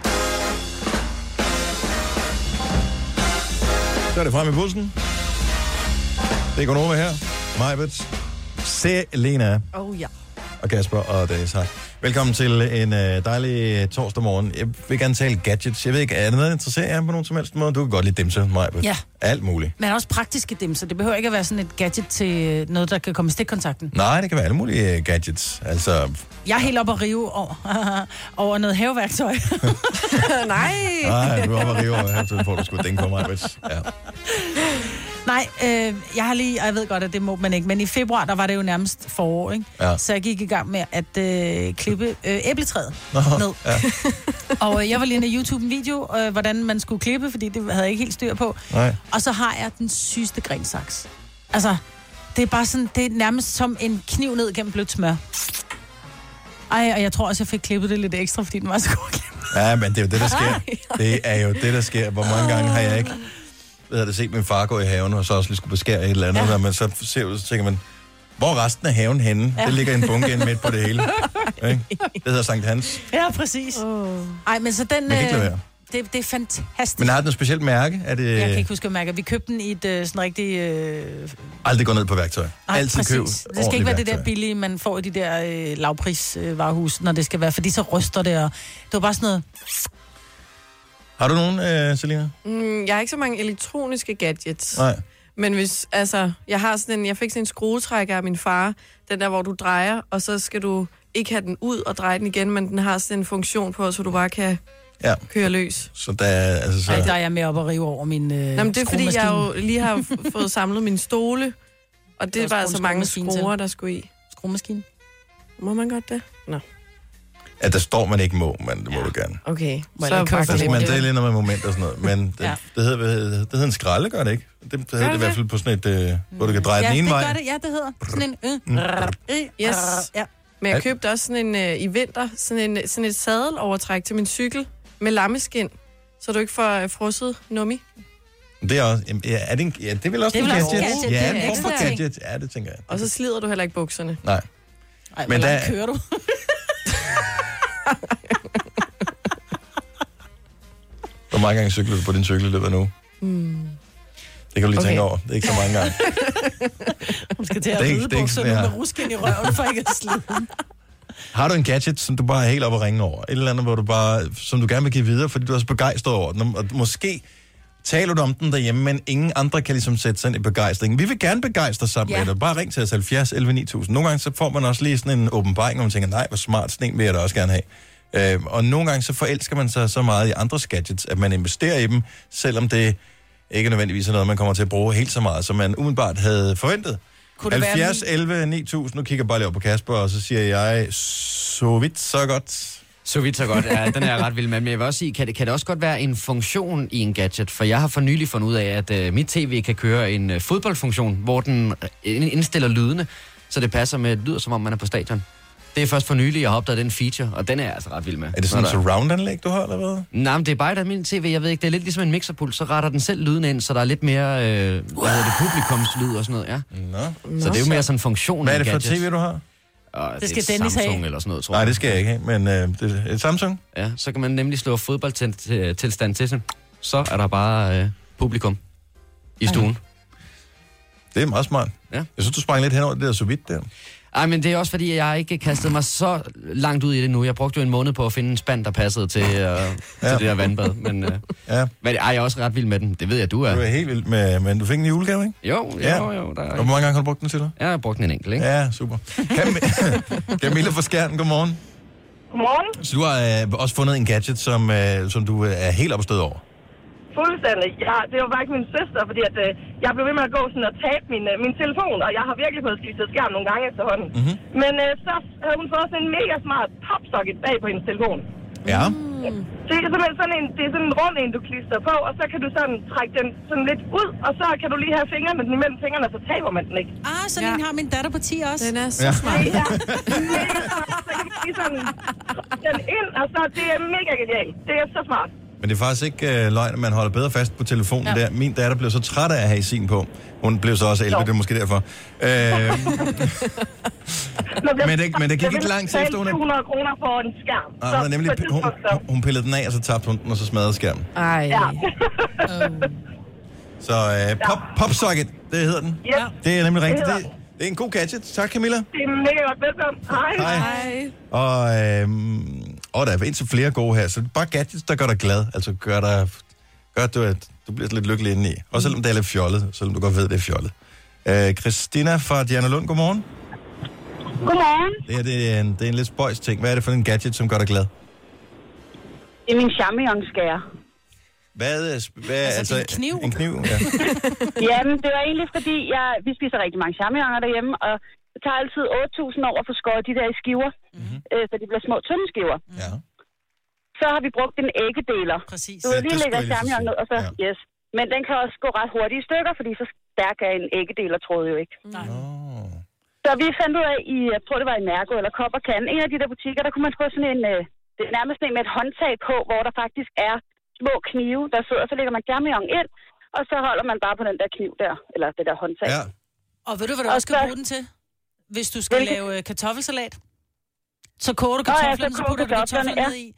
Så er det frem i bussen. Det er Gunova her. Majbet, Selena. Oh ja. Og Kasper og Dennis. Hej. Velkommen til en øh, dejlig torsdag morgen. Jeg vil gerne tale gadgets. Jeg ved ikke, er det noget, der interesserer jer på nogen som helst måde? Du kan godt lide dimser, Majbet. Ja. Alt muligt. Men også praktiske dimser. Det behøver ikke at være sådan et gadget til noget, der kan komme i stikkontakten. Nej, det kan være alle mulige uh, gadgets. Altså... Jeg er helt oppe at rive over, over noget haveværktøj. Nej. Nej, du er oppe at rive over haveværktøj, for du skulle tænke på Majbet. Ja. Nej, øh, jeg har lige, jeg ved godt, at det må man ikke, men i februar, der var det jo nærmest forår, ikke? Ja. Så jeg gik i gang med at øh, klippe øh, æbletræet Nå, ned. Ja. Og øh, jeg var lige inde i YouTube en video, øh, hvordan man skulle klippe, fordi det havde jeg ikke helt styr på. Nej. Og så har jeg den sygeste grensaks. Altså, det er bare sådan, det er nærmest som en kniv ned gennem blødt smør. Ej, og jeg tror også, jeg fik klippet det lidt ekstra, fordi den var så god at klippe. Ja, men det er jo det, der sker. Det er jo det, der sker. Hvor mange gange har jeg ikke... Jeg havde set min far gå i haven, og så også lige skulle beskære et eller andet, ja. Men så ser ud, så tænker man, hvor er resten af haven henne? Ja. Det ligger en bunke ind midt på det hele. Ikke? Det hedder Sankt Hans. Ja, præcis. Oh. Ej, men så den... Man kan ikke lade være. det, det er fantastisk. Men har den et specielt mærke? Er det... Jeg kan ikke huske, hvad mærke. Vi købte den i et uh, sådan rigtig... Uh... Aldrig gå ned på værktøj. Nej, altid præcis. køb Det skal ikke være værktøj. det der billige, man får i de der uh, lavprisvarehus, uh, når det skal være, fordi så ryster det, og det var bare sådan noget... Har du nogen, uh, Selina? Mm, jeg har ikke så mange elektroniske gadgets. Nej. Men hvis, altså, jeg har sådan en, jeg fik sådan en skruetrækker af min far, den der, hvor du drejer, og så skal du ikke have den ud og dreje den igen, men den har sådan en funktion på, så du bare kan ja. køre løs. Så der, altså, så... Ej, der er jeg med op og rive over min øh, Nå, men det er fordi, jeg jo lige har f- fået samlet mine stole, og det var altså mange skruer, der skulle i. Skruemaskine? Må man godt det? Nå. Ja, der står man ikke må, men det må ja. du gerne. Okay. Så der skal man dele ind med moment og sådan noget, men det, ja. det, hedder, det hedder en skralde, gør det ikke? Det, det hedder det i hvert fald på sådan et, øh, hvor du kan dreje ja, den ene vej. Ja, det gør det. Ja, det hedder sådan en... Øh, yes. Ja. Men jeg købte også sådan en øh, i vinter, sådan, en, sådan et sadelovertræk til min cykel med lammeskin, så du ikke får øh, frosset nummi. Det er også, ja, er det, en, ja, det er vel også det en gadget? gadget. Ja, det er en ekstra form for gadget. Ja, det tænker jeg. Og så slider du heller ikke bukserne. Nej. Ej, men der kører du. Hvor mange gange cykler du på din cykel i løbet af nu? Mm. Det kan du lige okay. tænke over. Det er ikke så mange gange. Hun skal til at ride bukser nu med rusken i røven, for ikke at slide. Har du en gadget, som du bare er helt oppe at ringe over? Et eller andet, hvor du bare, som du gerne vil give videre, fordi du er så begejstret over den. Og måske taler du om den derhjemme, men ingen andre kan ligesom sætte sig ind i begejstringen. Vi vil gerne begejstre sammen ja. med dig. Bare ring til os halvfjerds elleve ni tusind. Nogle gange så får man også lige sådan en åbenbaring, hvor man tænker, nej, hvor smart, sådan en vil jeg da også gerne have. Øh, og nogle gange så forelsker man sig så meget i andres gadgets, at man investerer i dem, selvom det ikke nødvendigvis er noget, man kommer til at bruge helt så meget, som man umiddelbart havde forventet. halvfjerds elleve ni tusind. Nu kigger jeg bare lige over på Kasper, og så siger jeg, så vidt, så godt. Så vidt, så godt. Ja, den er jeg ret vild med. Men jeg vil også sige, kan det, kan det også godt være en funktion i en gadget? For jeg har for nylig fundet ud af, at uh, mit tv kan køre en uh, fodboldfunktion, hvor den indstiller lydene, så det passer med, lyder som om man er på stadion. Det er først for nylig, jeg har opdaget den feature, og den er jeg altså ret vild med. Er det sådan en surround-anlæg, du har, eller hvad? Nej, men det er bare et almindeligt tv, jeg ved ikke. Det er lidt ligesom en mixerpult, så retter den selv lyden ind, så der er lidt mere, øh, hvad hedder det, publikumslyd og sådan noget, ja. Nå. Så det er jo mere sådan en funktion. Hvad er det for tv, du har? Og det, det skal det er Dennis Samsung have. Eller sådan noget, tror jeg. Nej, det skal jeg ikke have, men øh, det er et Samsung. Ja, så kan man nemlig slå fodboldtilstand til sig. Så er der bare øh, publikum i stuen. Det er meget smart. Ja. Jeg synes, du sprang lidt hen over det der så vidt der. Ej, men det er også fordi, jeg ikke kastet mig så langt ud i det nu. Jeg brugte jo en måned på at finde en spand, der passede til, øh, ja. til det der vandbad. Men, øh, ja. men ej, jeg er også ret vild med den. Det ved jeg, du er. Du er helt vild med, men du fik en julegave, ikke? Jo, jo, ja. jo. Der er... Og hvor mange gange har du brugt den til dig? Jeg har brugt den en enkelt, ikke? Ja, super. Cam- Camilla fra Skjern, godmorgen. Godmorgen. Så du har øh, også fundet en gadget, som, øh, som du øh, er helt opstået over? Fuldstændig. Ja, det var faktisk min søster, fordi at, øh, jeg blev ved med at gå sådan og tabe min, øh, min telefon, og jeg har virkelig fået skiftet skærm nogle gange efterhånden. Mm-hmm. Men øh, så havde hun fået sådan en mega smart popsocket bag på hendes telefon. Ja. Mm. Det er simpelthen sådan en, det er sådan en rund en, du klister på, og så kan du sådan trække den sådan lidt ud, og så kan du lige have fingrene imellem fingrene, så taber man den ikke. Ah, sådan ja. en har min datter på ti også. Den er så ja. smart. Ja, mega smart. Så kan du lige sådan den ind, og så det er mega genialt. Det er så smart. Men det er faktisk ikke øh, løgn, at man holder bedre fast på telefonen ja. der. Min datter blev så træt af at have sin på. Hun blev så også elleve, det er måske derfor. Øh, men, det, men det gik ikke lang tid efter, hun... syv hundrede kroner for en skærm. Ah, hun, nemlig, hun, hun pillede den af, og så tabte hun den, og så smadrede skærmen. Ej. Ja. Så øh, pop, popsocket, det hedder den. Ja. Det er nemlig rigtigt. Det, det, det er en god gadget. Tak, Camilla. Det er mega godt. Velkommen. Hej. Hej. Og, øh, og der er indtil flere gode her, så det er bare gadgets, der gør dig glad. Altså gør dig, gør du, at du bliver lidt lykkelig indeni. Også selvom det er lidt fjollet, selvom du godt ved, det er fjollet. Øh, Christina fra Dianalund, godmorgen. Godmorgen. Det her det er, en, det er en lidt spøjs ting. Hvad er det for en gadget, som gør dig glad? Det er min champignon-skærer. Hvad, hvad altså, altså en kniv? En kniv, ja. Jamen, det var egentlig fordi, jeg, vi spiser rigtig mange champignoner derhjemme, og det tager altid otte tusind år at få skåret de der i skiver, mm-hmm. øh, så de bliver små tynde skiver. Ja. Så har vi brugt en æggedeler. Præcis. Du vil lige lægge champignon ned, og så, ja. yes. Men den kan også gå ret hurtigt i stykker, fordi så stærk er en æggedelertråd jo ikke. Nej. Oh. Så vi fandt ud af, i, jeg tror det var i Mærko eller Kop og Kan, en af de der butikker, der kunne man få sådan en, øh, det er nærmest en med et håndtag på, hvor der faktisk er små knive, der sidder, så lægger man champignon ind, og så holder man bare på den der kniv der, eller det der håndtag. Ja. Og ved du, hvad du og også skal så... bruge den til? Hvis du skal Hvilke? lave kartoffelsalat, så koger du kartoflerne, oh, ja, så, så putter du kartoflerne ja. ned i.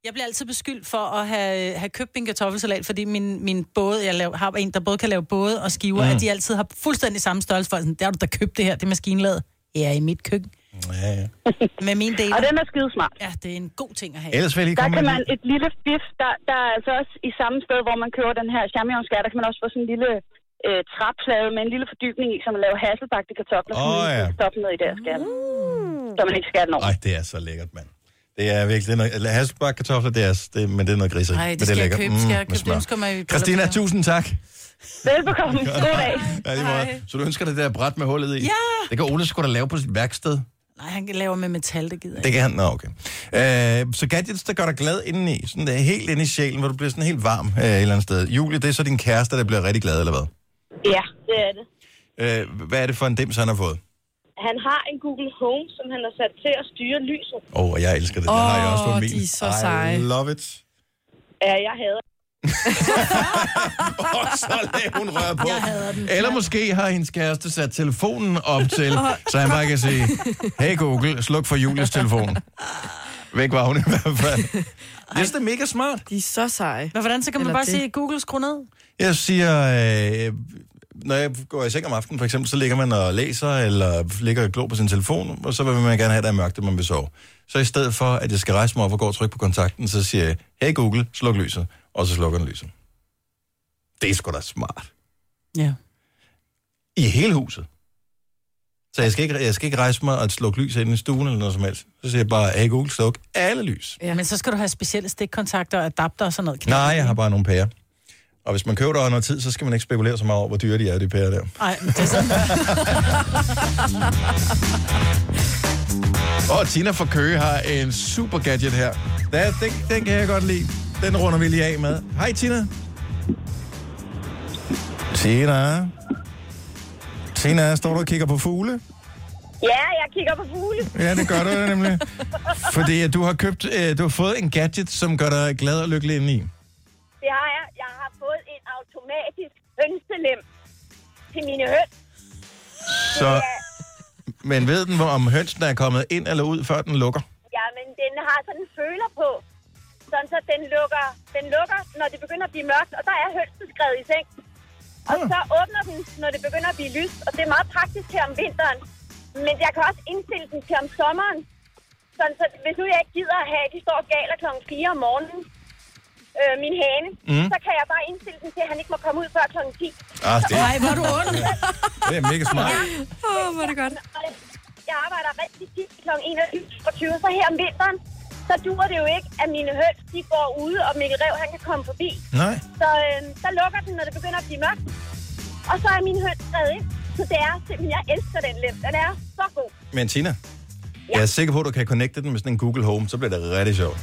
Jeg bliver altid beskyldt for at have, have købt min kartoffelsalat, fordi min, min både, jeg laver, har en, der både kan lave både og skiver, mm. at de altid har fuldstændig samme størrelse for. Sådan, der har du da købt det her, det er maskinlaget. Ja, i mit køkken. Ja, ja. Med min del. Og den er skidesmart. Ja, det er en god ting at have. Ellers vil jeg der kan man lige... et lille fif, der, der er altså også i samme sted, hvor man køber den her champignon-skær, der kan man også få sådan en lille øh, træplade med en lille fordybning i, som man laver hasselbagte kartofler, Åh, som man ja. kan stoppe ned i der skær. Mm. Så man ikke skærer den over. Ej, det er så lækkert, mand. Det er virkelig noget... Hasselbagte kartofler, det er, det, men det er noget griseri. Nej, det, det skal er jeg købe. Skal jeg købe det, ønsker mig i... Christina, tusind tak. Velbekomme. God dag. Ja, lige måde. Så du ønsker det der bræt med hullet i? Ja! Det kan Ole sgu da lave på sit værksted. Nej, han laver med metal, det gider jeg. Det kan han, nå okay. Øh, så gadgets, der gør dig glad indeni, sådan der, helt inde i sjælen, hvor du bliver sådan helt varm øh, et eller andet sted. Julie, det er så din kæreste, der bliver rigtig glad, eller hvad? Ja, det er det. Øh, hvad er det for en dims, han har fået? Han har en Google Home, som han har sat til at styre lyset. Åh, oh, jeg elsker det. Det Åh, har jeg også på min. de er så seje. I love it. Ja, jeg hader Åh, oh, så lagde hun rør på. Eller måske har hendes kæreste sat telefonen op til, så han bare kan sige, hey Google, sluk for Julies telefon. Væk var hun i hvert fald. Jeg synes, det er mega smart. De er så seje. Men hvordan så kan man Eller bare det. sige, Google skru ned? Jeg siger, øh, når jeg går i seng om aftenen, for eksempel, så ligger man og læser, eller ligger og glor på sin telefon, og så vil man gerne have, at der er mørkt, at man vil sove. Så i stedet for, at jeg skal rejse mig op og gå og trykke på kontakten, så siger jeg, hey Google, sluk lyset, og så slukker den lyset. Det er sgu da smart. Ja. I hele huset. Så jeg skal ikke, jeg skal ikke rejse mig og slukke lys ind i stuen eller noget som helst. Så siger jeg bare, hey Google, sluk alle lys. Ja. Men så skal du have specielle stikkontakter og adapter og sådan noget. Nej, jeg har bare nogle pærer. Og hvis man køber der over noget tid, så skal man ikke spekulere så meget over, hvor dyre de er, de pærer der. Nej, det er sådan. Og Tina fra Køge har en super gadget her. Den, den, den kan jeg godt lide. Den runder vi lige af med. Hej Tina. Tina. Tina, står du og kigger på fugle? Ja, jeg kigger på fugle. Ja, det gør du nemlig. Fordi at du har købt, øh, du har fået en gadget, som gør dig glad og lykkelig indeni. Det har jeg. Jeg har fået en automatisk hønselem til mine høns. Så, men ved den, hvor om hønsen er kommet ind eller ud, før den lukker? Ja, men den har sådan en føler på. Sådan så den lukker, den lukker, når det begynder at blive mørkt, og der er hønsen skrevet i seng. Og så åbner den, når det begynder at blive lyst, og det er meget praktisk her om vinteren. Men jeg kan også indstille den til om sommeren. Sådan så hvis nu jeg ikke gider at have, at de står og galer klokken fire om morgenen, øh, min hane, mm. så kan jeg bare indstille den til, at han ikke må komme ud før klokken ti. Ah, det... Ej, hvor er du ond. Det er mega smart. Åh, oh, hvor er det godt. Jeg arbejder rigtig tit klokken enogtyve, så her om vinteren, så duer det jo ikke, at mine høns, de går ude, og Mikkel Rev, han kan komme forbi. Nej. Så øh, så lukker den, når det begynder at blive mørkt. Og så er mine høns skrevet ind. Så det er simpelthen, jeg elsker den lem. Den er så god. Men Tina, ja. Jeg er sikker på, at du kan connecte den med sådan en Google Home, så bliver det rigtig sjovt.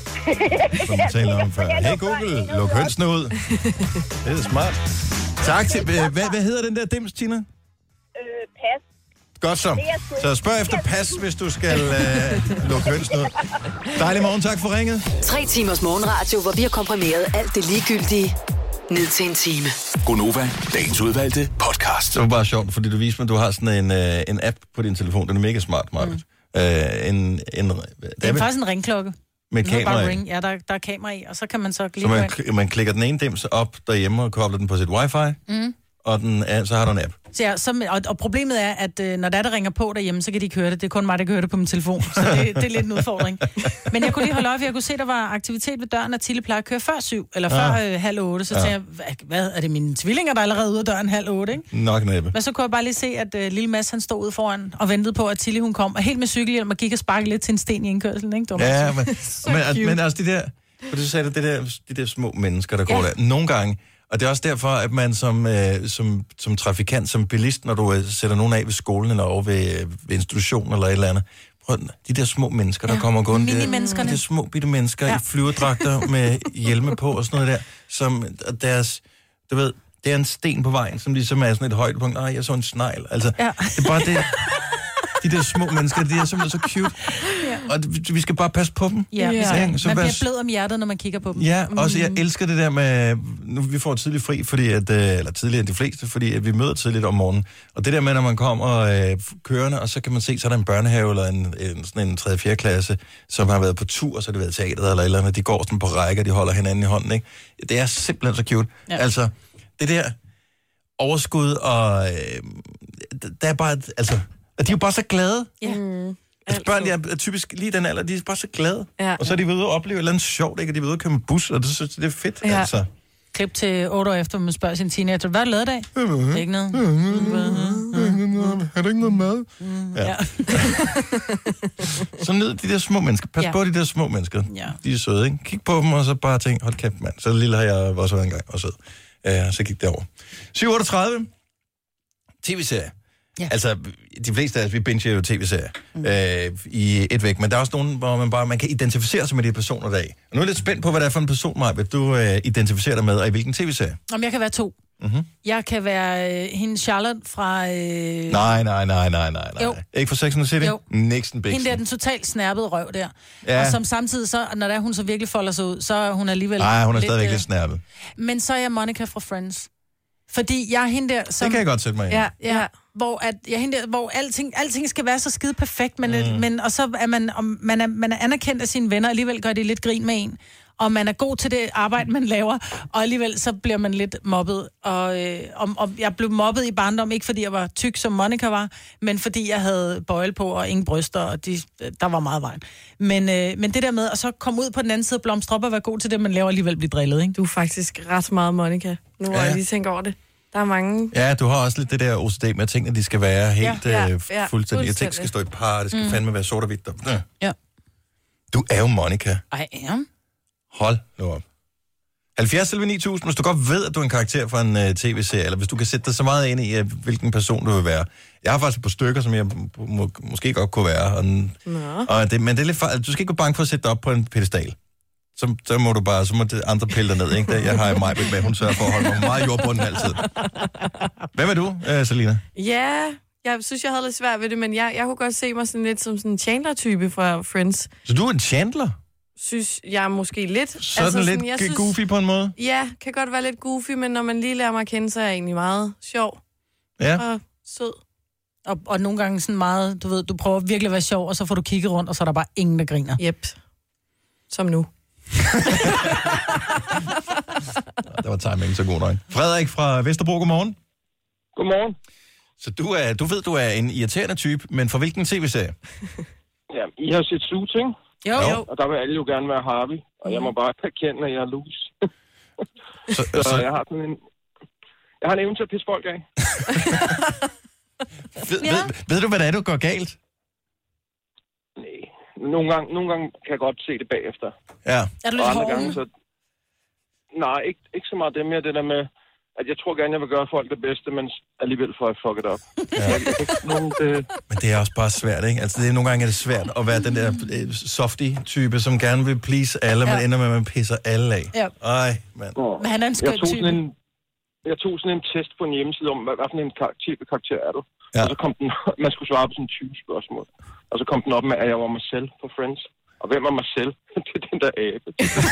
Som vi taler om før. Hey Google, luk hønsene ud. Det er smart. Tak til... Hvad, hvad hedder den der dims, Tina? Øh, pas. Godt så. Så spørg efter pas, hvis du skal øh, lukke hønsene ud. Dejlig morgen, tak for ringet. Tre timers morgenradio, hvor vi har komprimeret alt det ligegyldige ned til en time. Gonova, dagens udvalgte podcast. Det var bare sjovt, fordi du viste mig, at du har sådan en, øh, en app på din telefon. Den er mega smart, Marvitt. Mm. Øh, en, en, det er faktisk en ringklokke. Med kamera ring. Ja, der, der er kamera i, og så kan man så... Så man, man klikker den ene dims op derhjemme og kobler den på sit wifi, mm. og den er, så har du en app. Så ja, så, og, og problemet er, at øh, når der, der ringer på derhjemme, så kan de ikke høre det. Det er kun mig, der kan høre det på min telefon, så det, det er lidt en udfordring. Men jeg kunne lige holde øje, for jeg kunne se, der var aktivitet ved døren, at Tille plejer at køre før syv, eller før ja. øh, halv otte. Så ja. tænkte jeg, hvad, hvad er det mine tvillinger, der er allerede ude af døren halv otte, ikke? Nok næppe. Men så kunne jeg bare lige se, at øh, lille Mads, han stod ude foran og ventede på, at Tille hun kom, og helt med cykelhjelm og gik og sparkede lidt til en sten i indkørselen, ikke? Ja, men, men, men altså de der, for du sagde det, det der, de der små mennesker, der går ja. der, nogle gange. Og det er også derfor, at man som, øh, som, som trafikant, som bilist, når du øh, sætter nogen af ved skolen eller over ved, øh, ved institutionen eller et eller andet, prøv, de der små mennesker, der ja. kommer og går, de, de der små bitte mennesker ja. i flyverdragter med hjelme på og sådan noget der, som deres, du ved, det er en sten på vejen, som ligesom er sådan et højdepunkt. Nej, jeg så en snegl. Altså, ja. det er bare det. De der små mennesker, de er simpelthen så cute. Ja. Og vi skal bare passe på dem. Ja, ja. man bliver blød om hjertet, når man kigger på dem. Ja, også jeg elsker det der med, nu vi får tidligt fri, fordi at, eller tidligere end de fleste, fordi at vi møder tidligt om morgenen. Og det der med, når man kommer øh, kørende, og så kan man se, så er der en børnehave eller en, en, sådan en tredje fjerde klasse, som har været på tur, og så har det været teateret eller et eller andet. De går sådan på rækker, de holder hinanden i hånden, ikke? Det er simpelthen så cute. Ja. Altså, det der overskud, og øh, der er bare, altså, og de er jo bare så glade. Ja. Mm. Altså børn, de er typisk lige den alder, de er bare så glade. Ja. Og så er de ved at opleve et eller andet sjovt, ikke? Og de er ved at køre med bus, og det synes det er fedt, ja. Altså. Klip til otte år efter, man spørger sin teenager, hvad har du lavet i dag? Mm-hmm. Ikke noget. Mm-hmm. Har du ikke noget mad? Mm, ja. Så ned de der små mennesker. Pas ja. på de der små mennesker. Ja. De er søde, ikke? Kig på dem, og så bare tænk, hold kæft, mand. Så lille har jeg også været engang, og sød. Uh, så gik det over. syv otteogtredive tv-serie. Ja. Altså, de fleste af os, vi binger jo tv-serier mm. øh, i et væk, men der er også nogen, hvor man bare man kan identificere sig med de personer der af. Og nu er jeg lidt spændt på, hvad det er for en person, Maja, vil du øh, identificere dig med, og i hvilken tv-serie? Om jeg kan være to. Mm-hmm. Jeg kan være øh, hende Charlotte fra... Øh... Nej, nej, nej, nej, nej, nej. Jo. Ikke fra Sex and the City? Jo. Nixon Bixen. Hende der, den totalt snærpede røv der. Ja. Og som samtidig så, når der hun så virkelig folder sig ud, så er hun alligevel... Nej, hun er lidt, stadigvæk øh... lidt snærpet. Men så er jeg Monica fra Friends. Fordi jeg er hende der, som... Det kan jeg godt sætte mig ind. Ja, ja. Hvor, at, jeg er hende der, hvor alting, alting skal være så skide perfekt, men, mm. men, og så er man, om, man, er, man er anerkendt af sine venner, alligevel gør det lidt grin med en. Og man er god til det arbejde, man laver, og alligevel så bliver man lidt mobbet. Og, øh, og, og jeg blev mobbet i barndom, ikke fordi jeg var tyk, som Monica var, men fordi jeg havde bøjle på og ingen bryster, og de, der var meget vejen. Men, øh, men det der med at så komme ud på den anden side og blomstre op og være god til det, man laver, alligevel blive drillet, ikke? Du er faktisk ret meget Monica. Nu har ja. jeg lige tænkt over det. Der er mange... Ja, du har også lidt det der O C D med, at tingene de skal være helt ja, ja, ja, fuldstændig. At ting skal stå i par, det skal mm. fandme være sort og hvidt. Ja. ja. Du er jo Monica. I am. Hold nu op. halvfjerds ni tusind, hvis du godt ved, at du er en karakter fra en uh, tv-serie, eller hvis du kan sætte dig så meget ind i, uh, hvilken person du vil være. Jeg har faktisk et par stykker, som jeg må, måske godt kunne være. Og, og det, men det er lidt far- du skal ikke være bange for at sætte dig op på en pedestal. Så, så må du bare, så må det andre pille ned, ikke? Jeg har mig med, hun sørger for at holde mig meget jordbunden altid. Hvem er du, uh, Selina? Ja, jeg synes, jeg havde lidt svært ved det, men jeg, jeg kunne godt se mig sådan lidt som sådan en Chandler-type fra Friends. Så du er en Chandler? Synes jeg måske lidt. Sådan altså, lidt jeg synes, goofy på en måde? Ja, kan godt være lidt goofy, men når man lige lærer mig at kende, så er jeg egentlig meget sjov. Ja. Og sød. Og, og nogle gange sådan meget, du ved, du prøver virkelig at være sjov, og så får du kigget rundt, og så er der bare ingen, der griner. Yep. Som nu. Der var timingen så god nok. Frederik fra Vesterbro, godmorgen. Godmorgen. Så du, er, du ved, du er en irriterende type, men for hvilken tv-serie? Ja, I har set Suits, ikke? Jo, jo. Og der vil alle jo gerne være Harvey, og jeg må bare erkende, at jeg er loose. så, så, så jeg har sådan en... Jeg har en evne til at pisse folk af. ved, ja. ved, ved du, hvad det er, du går galt? Nej. Nogle gange, nogle gange kan jeg godt se det bagefter. Ja. Er du lidt hårde? Så... Nej, ikke, ikke så meget det mere det der med, at jeg tror gerne, jeg vil gøre folk det bedste, men alligevel får jeg fucket op. Ja. det... Men det er også bare svært, ikke? Altså, det er, nogle gange er det svært at være den der øh, softie-type, som gerne vil please alle, ja. Men ender med, at man pisser alle af. Ja. Ej, mand. Men han er en skøn type. En, jeg tog sådan en test på en hjemmeside om, hvad, hvad for en karakter, karakter er du? Ja. Og så kom den, man skulle svare på sådan tyve spørgsmål. Og så kom den op med, at jeg var mig selv på Friends. Og hvem var mig selv? Det er den der abe.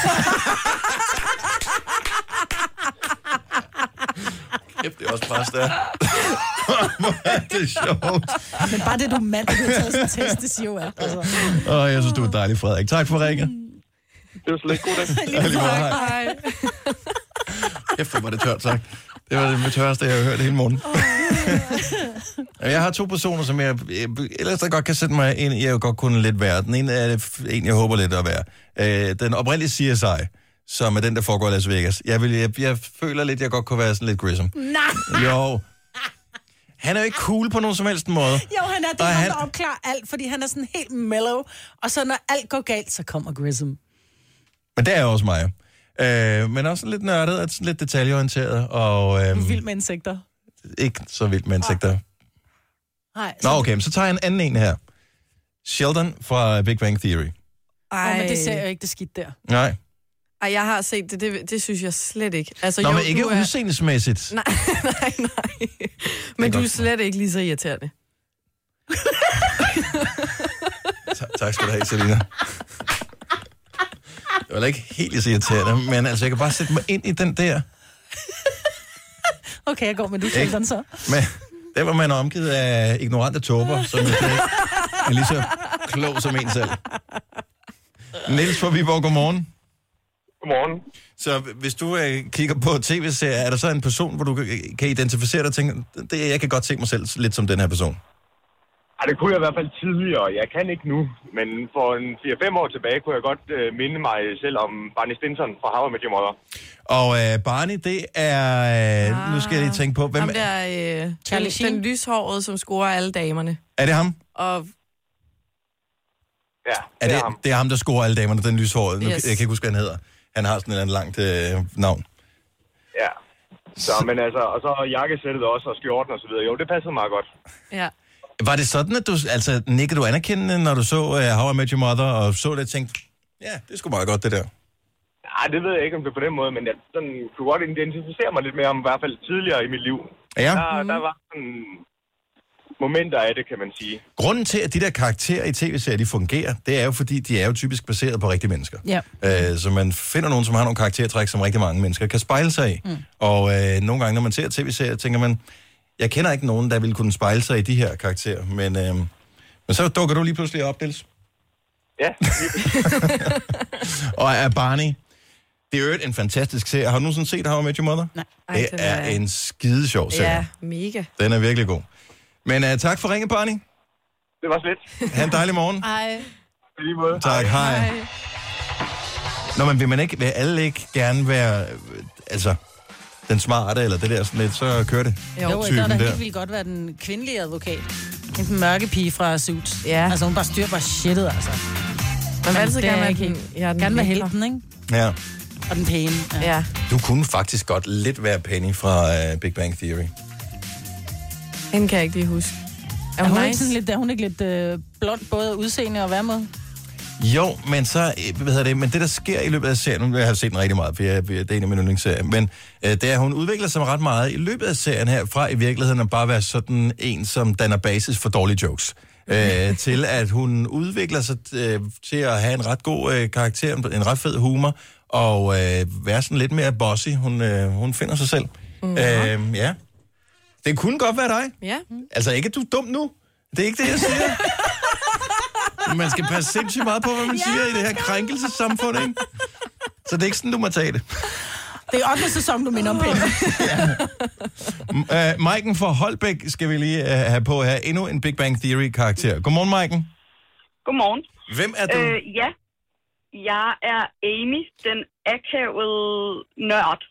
Kæft, det er også bare stærkt. Hvor er det sjovt. Men bare det, du er mand, du har taget sådan en test, det siger jo alt. Altså. Åh, jeg synes, du er dejlig, Frederik. Tak for ringet. Det var slet ikke god dag. Lige meget, hej. Kæft, hvor var det tørt sagt. Det var det tørreste, jeg har hørt hele morgen. Jeg har to personer, som jeg, jeg ellers der godt kan sætte mig ind i, jeg godt kunne lidt være. Den ene er en, jeg håber lidt at være. Den oprindelige C S I, som er den, der foregår i Las Vegas. Jeg, vil, jeg, jeg føler lidt, jeg godt kunne være sådan lidt Grissom. Nej! Jo. Han er jo ikke cool på nogen som helst måde. Jo, han er det, han, der opklarer alt, fordi han er sådan helt mellow. Og så når alt går galt, så kommer Grissom. Men det er også mig. Øh, men også lidt nørdet, og lidt detaljeorienteret. Og, øh, vild med insekter. Ikke så vild med insekter. Nej. Nå, okay, så tager jeg en anden en her. Sheldon fra Big Bang Theory. Ej, oh, men det ser jeg ikke, det skidt der. Nej. Ej, jeg har set det, det, det synes jeg slet ikke. Altså, Nå, jo, men ikke er... udseendesmæssigt. Nej, nej, nej. Men du er slet ikke lige så irriterende. Tak skal du have, Selina. Det var ikke helt så irriterende, men altså, jeg kan bare sætte mig ind i den der. Okay, jeg går med du til den så. Men der var man omgivet af ignorante tåber, som jeg ikke er lige så klog som en selv. Niels fra Viborg, godmorgen. Godmorgen. Så hvis du øh, kigger på tv-serier, er der så en person, hvor du kan identificere dig og tænke, det, jeg kan godt se mig selv lidt som den her person? Ja, det kunne jeg i hvert fald tidligere. Jeg kan ikke nu, men for en fire fem år tilbage kunne jeg godt øh, minde mig selv om Barney Stinson fra How I Met Your Mother. Og øh, Barney, det er... Øh, ah, nu skal jeg lige tænke på, hvem ham der, øh, Charlie Sheen. Den lyshårede, som scorer alle damerne. Er det ham? Og... Ja, er det, er ham. Det er ham, der scorer alle damerne, den lyshårede. Nu, yes. Jeg kan ikke huske, hvad han hedder. Han har sådan et eller langt øh, navn. Ja. Så, men altså, og så jakkesættet også, og skjorten og så videre. Jo, det passede meget godt. Ja. Var det sådan, at du, altså, nikkede du anerkendende, når du så uh, How I Met Your Mother, og så det og tænkte, ja, det er sgu meget godt, det der? Nej, det ved jeg ikke, om det er på den måde, men jeg sådan, kunne godt identificere mig lidt mere om, i hvert fald tidligere i mit liv. Ja. Der, der var sådan momenter af det, kan man sige. Grunden til, at de der karakterer i tv-serier, de fungerer, det er jo, fordi de er jo typisk baseret på rigtige mennesker. Ja. Uh, så man finder nogen, som har nogle karaktertræk, som rigtig mange mennesker kan spejle sig i. Mm. Og uh, nogle gange, når man ser tv-serier, tænker man, jeg kender ikke nogen, der ville kunne spejle sig i de her karakterer, men, øh, men så dukker du lige pludselig op, Niels. Ja. Og er Barney, det er jo en fantastisk serie. Har du nogensinde set How I Met Your Mother? Nej. Det er en skide sjov serie. Ja, mega. Den er virkelig god. Men uh, tak for ringe, Barney. Det var slet. Ha' en dejlig morgen. Hej. I lige måde. Tak, hej. hej. Nå, men vil man ikke, vil alle ikke gerne være, øh, altså... den smarte, eller det der sådan lidt, så kører det. Jo, jo der, der helt vildt godt være den kvindelige advokat. En mørke pige fra Suits. Ja. Altså, hun bare styrer bare shitet, altså. Man vil altid gerne være den, ja, gerne være helten, ikke? Ja. Og den pæne. Ja. ja. Du kunne faktisk godt lidt være Penny fra uh, Big Bang Theory. Hende kan jeg ikke lige huske. Er hun, er hun nice? Ikke sådan lidt, er hun ikke lidt øh, blond, både udseende og værmåde? Jo, men så, hvad hedder det, men det der sker i løbet af serien, nu har jeg set den rigtig meget, for jeg, det er en af mine yndlingsserier, men øh, det er, hun udvikler sig ret meget i løbet af serien her, fra i virkeligheden at bare være sådan en, som danner basis for dårlige jokes, øh, til at hun udvikler sig øh, til at have en ret god øh, karakter, en ret fed humor, og øh, være sådan lidt mere bossy. Hun, øh, hun finder sig selv. Mm. Øh, ja. Det kunne godt være dig. Ja. Altså ikke, at du er dum nu. Det er ikke det, jeg siger. Man skal passe sindssygt meget på, hvad man ja, siger i det her krænkelsessamfund, ikke? Så det er ikke sådan, du må tage det. Det er ottende sæson, du minder om penge. ja. uh, Maiken fra Holbæk skal vi lige uh, have på her. Endnu en Big Bang Theory-karakter. Godmorgen, Maiken. Godmorgen. Hvem er du? Øh, ja, jeg er Amy, den akavede nørd.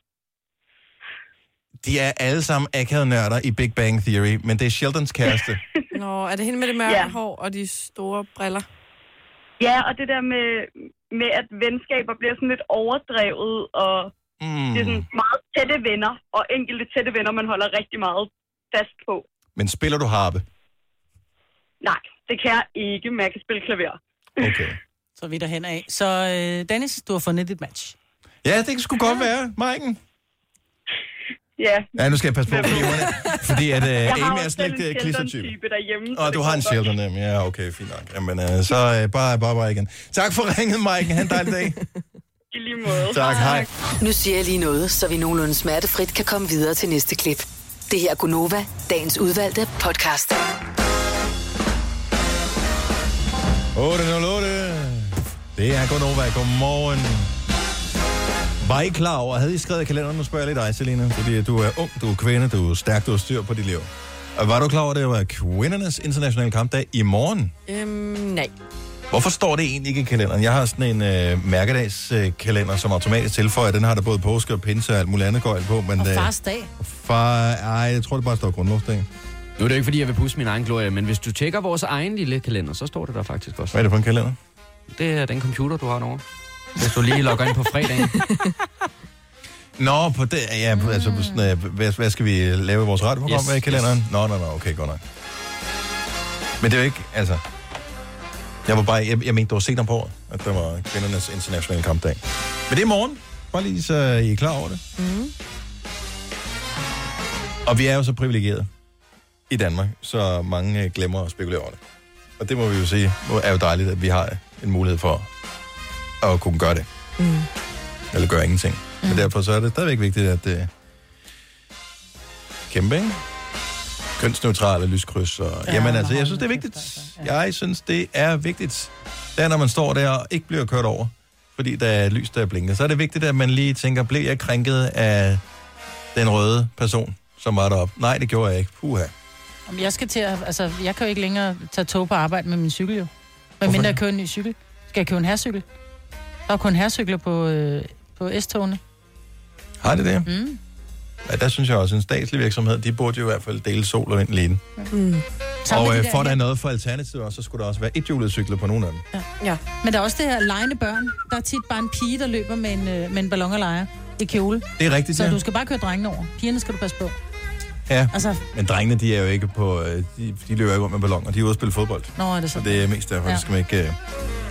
De er alle sammen akavede nørder i Big Bang Theory, men det er Sheldons kæreste. Nå, er det hende med det mørke ja. hår og de store briller? Ja, og det der med, med at venskaber bliver sådan lidt overdrevet, og mm. det er sådan meget tætte venner, og enkelte tætte venner, man holder rigtig meget fast på. Men spiller du harpe? Nej, det kan jeg ikke, men jeg kan spille klaver. Okay. Så er vi derhen af. Så øh, Dennis, du har fundet dit match. Ja, det kan sgu godt være, Maiken. Ja. Ja, nu skal jeg passe på, fordi, fordi at, uh, jeg Amy er sådan lidt uh, klistertype. derhjemme. Og du har en Sheldon dem. Ja, okay, fint nok. Jamen, uh, så uh, bare, bare, bare igen. Tak for ringet, Maiken. Ha' en dejlig dag. I lige måde. Tak, hej. Nu siger jeg lige noget, så vi nogenlunde smertefrit kan komme videre til næste klip. Det her er Gunova, dagens udvalgte podcast. otte nul otte. Det er Gunova. Godmorgen. Var I klar over, havde I skrevet i kalenderen, nu spørger jeg lidt dig, Selina, fordi du er ung, du er kvinde, du er stærk, du har styr på dit liv. Og var du klar over, at det var kvindernes internationale kampdag i morgen? Øhm, nej. Hvorfor står det egentlig ikke i kalenderen? Jeg har sådan en øh, mærkedagskalender, som automatisk tilføjer. Den har der både påske og pinse og alt muligt andet gøjl på. Men, og fars dag? Far, ej, jeg tror, det bare står grundlovsdag. Nu er det ikke, fordi jeg vil pusse min egen glorie, men hvis du tjekker vores egen lille kalender, så står det der faktisk også. Hvad er det på en kalender? Det er den computer, du har derovre. Hvis du lige logger ind på fredagen. Nå, på det, ja, mm. altså, sådan, hvad, hvad skal vi lave i vores radioprogram yes, i kalenderen? Yes. Nå, nå, nå, okay, godt nok. Men det er jo ikke, altså... Jeg var bare, jeg, jeg mente, det var senere på året, at der var kvindernes internationale kampdag. Men det er i morgen. Bare lige, så I er klar over det. Mm. Og vi er jo så privilegerede i Danmark, så mange glemmer at spekulere over det. Og det må vi jo sige, er jo dejligt, at vi har en mulighed for at kunne gøre det. Mm. Eller gøre ingenting. Mm. Men derfor så er det stadigvæk vigtigt, at det uh, kæmpe, ikke? Kønsneutrale lyskryds. Og, ja, jamen altså, jeg synes, det er vigtigt. Jeg synes, det er vigtigt. Det er, når man står der og ikke bliver kørt over, fordi der er lys, der blinker. Så er det vigtigt, at man lige tænker, blev jeg krænket af den røde person, som var deroppe? Nej, det gjorde jeg ikke. Puha. Jeg skal til at, altså, jeg kan jo ikke længere tage tog på arbejde med min cykel, jo. Men mindre jeg kører en ny cykel. Skal jeg købe en hercykel? Der er kun hercykler på, øh, på S-togene. Har det det? Mm. Ja, der synes jeg også, en statslig virksomhed, de burde jo i hvert fald dele sol og vind lige. Mm. Og øh, for der er noget for alternativer, så skulle der også være ethjulede cykler på nogle af dem. Ja. Ja. Men der er også det her legende børn. Der er tit bare en pige, der løber med en, øh, med en ballon og leger i kjole. Det er rigtigt, så ja. du skal bare køre drengene over. Pigerne skal du passe på. Ja, altså, men drengene, de er jo ikke på... De, de løber ikke rundt med balloner, de er ude at spille fodbold. Nå, er det så? Så det er mest derfor, ja. det skal man ikke... Uh...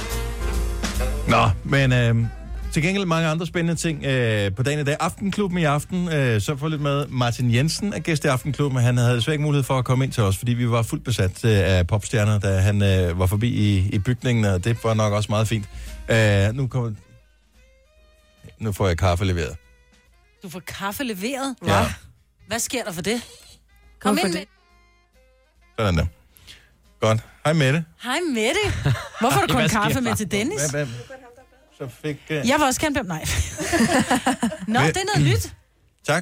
Nå, men øh, til gengæld mange andre spændende ting øh, på dagen i dag. Aftenklubben i aften, øh, så får lidt med. Martin Jensen er gæst i Aftenklubben, han havde desværre ikke mulighed for at komme ind til os, fordi vi var fuldt besat øh, af popstjerner, da han øh, var forbi i, i bygningen, og det var nok også meget fint. Øh, nu, kommer... nu får jeg kaffe leveret. Du får kaffe leveret? Ja. Hvad sker der for det? Kom ind med. Sådan der. Godt. Hej Mette. Hej Mette. Hvorfor har du kun kaffe med til Dennis? Hvad, hvad? Så fik... Uh... Jeg var også gerne... Nej. Nå, det er noget nyt. Tak.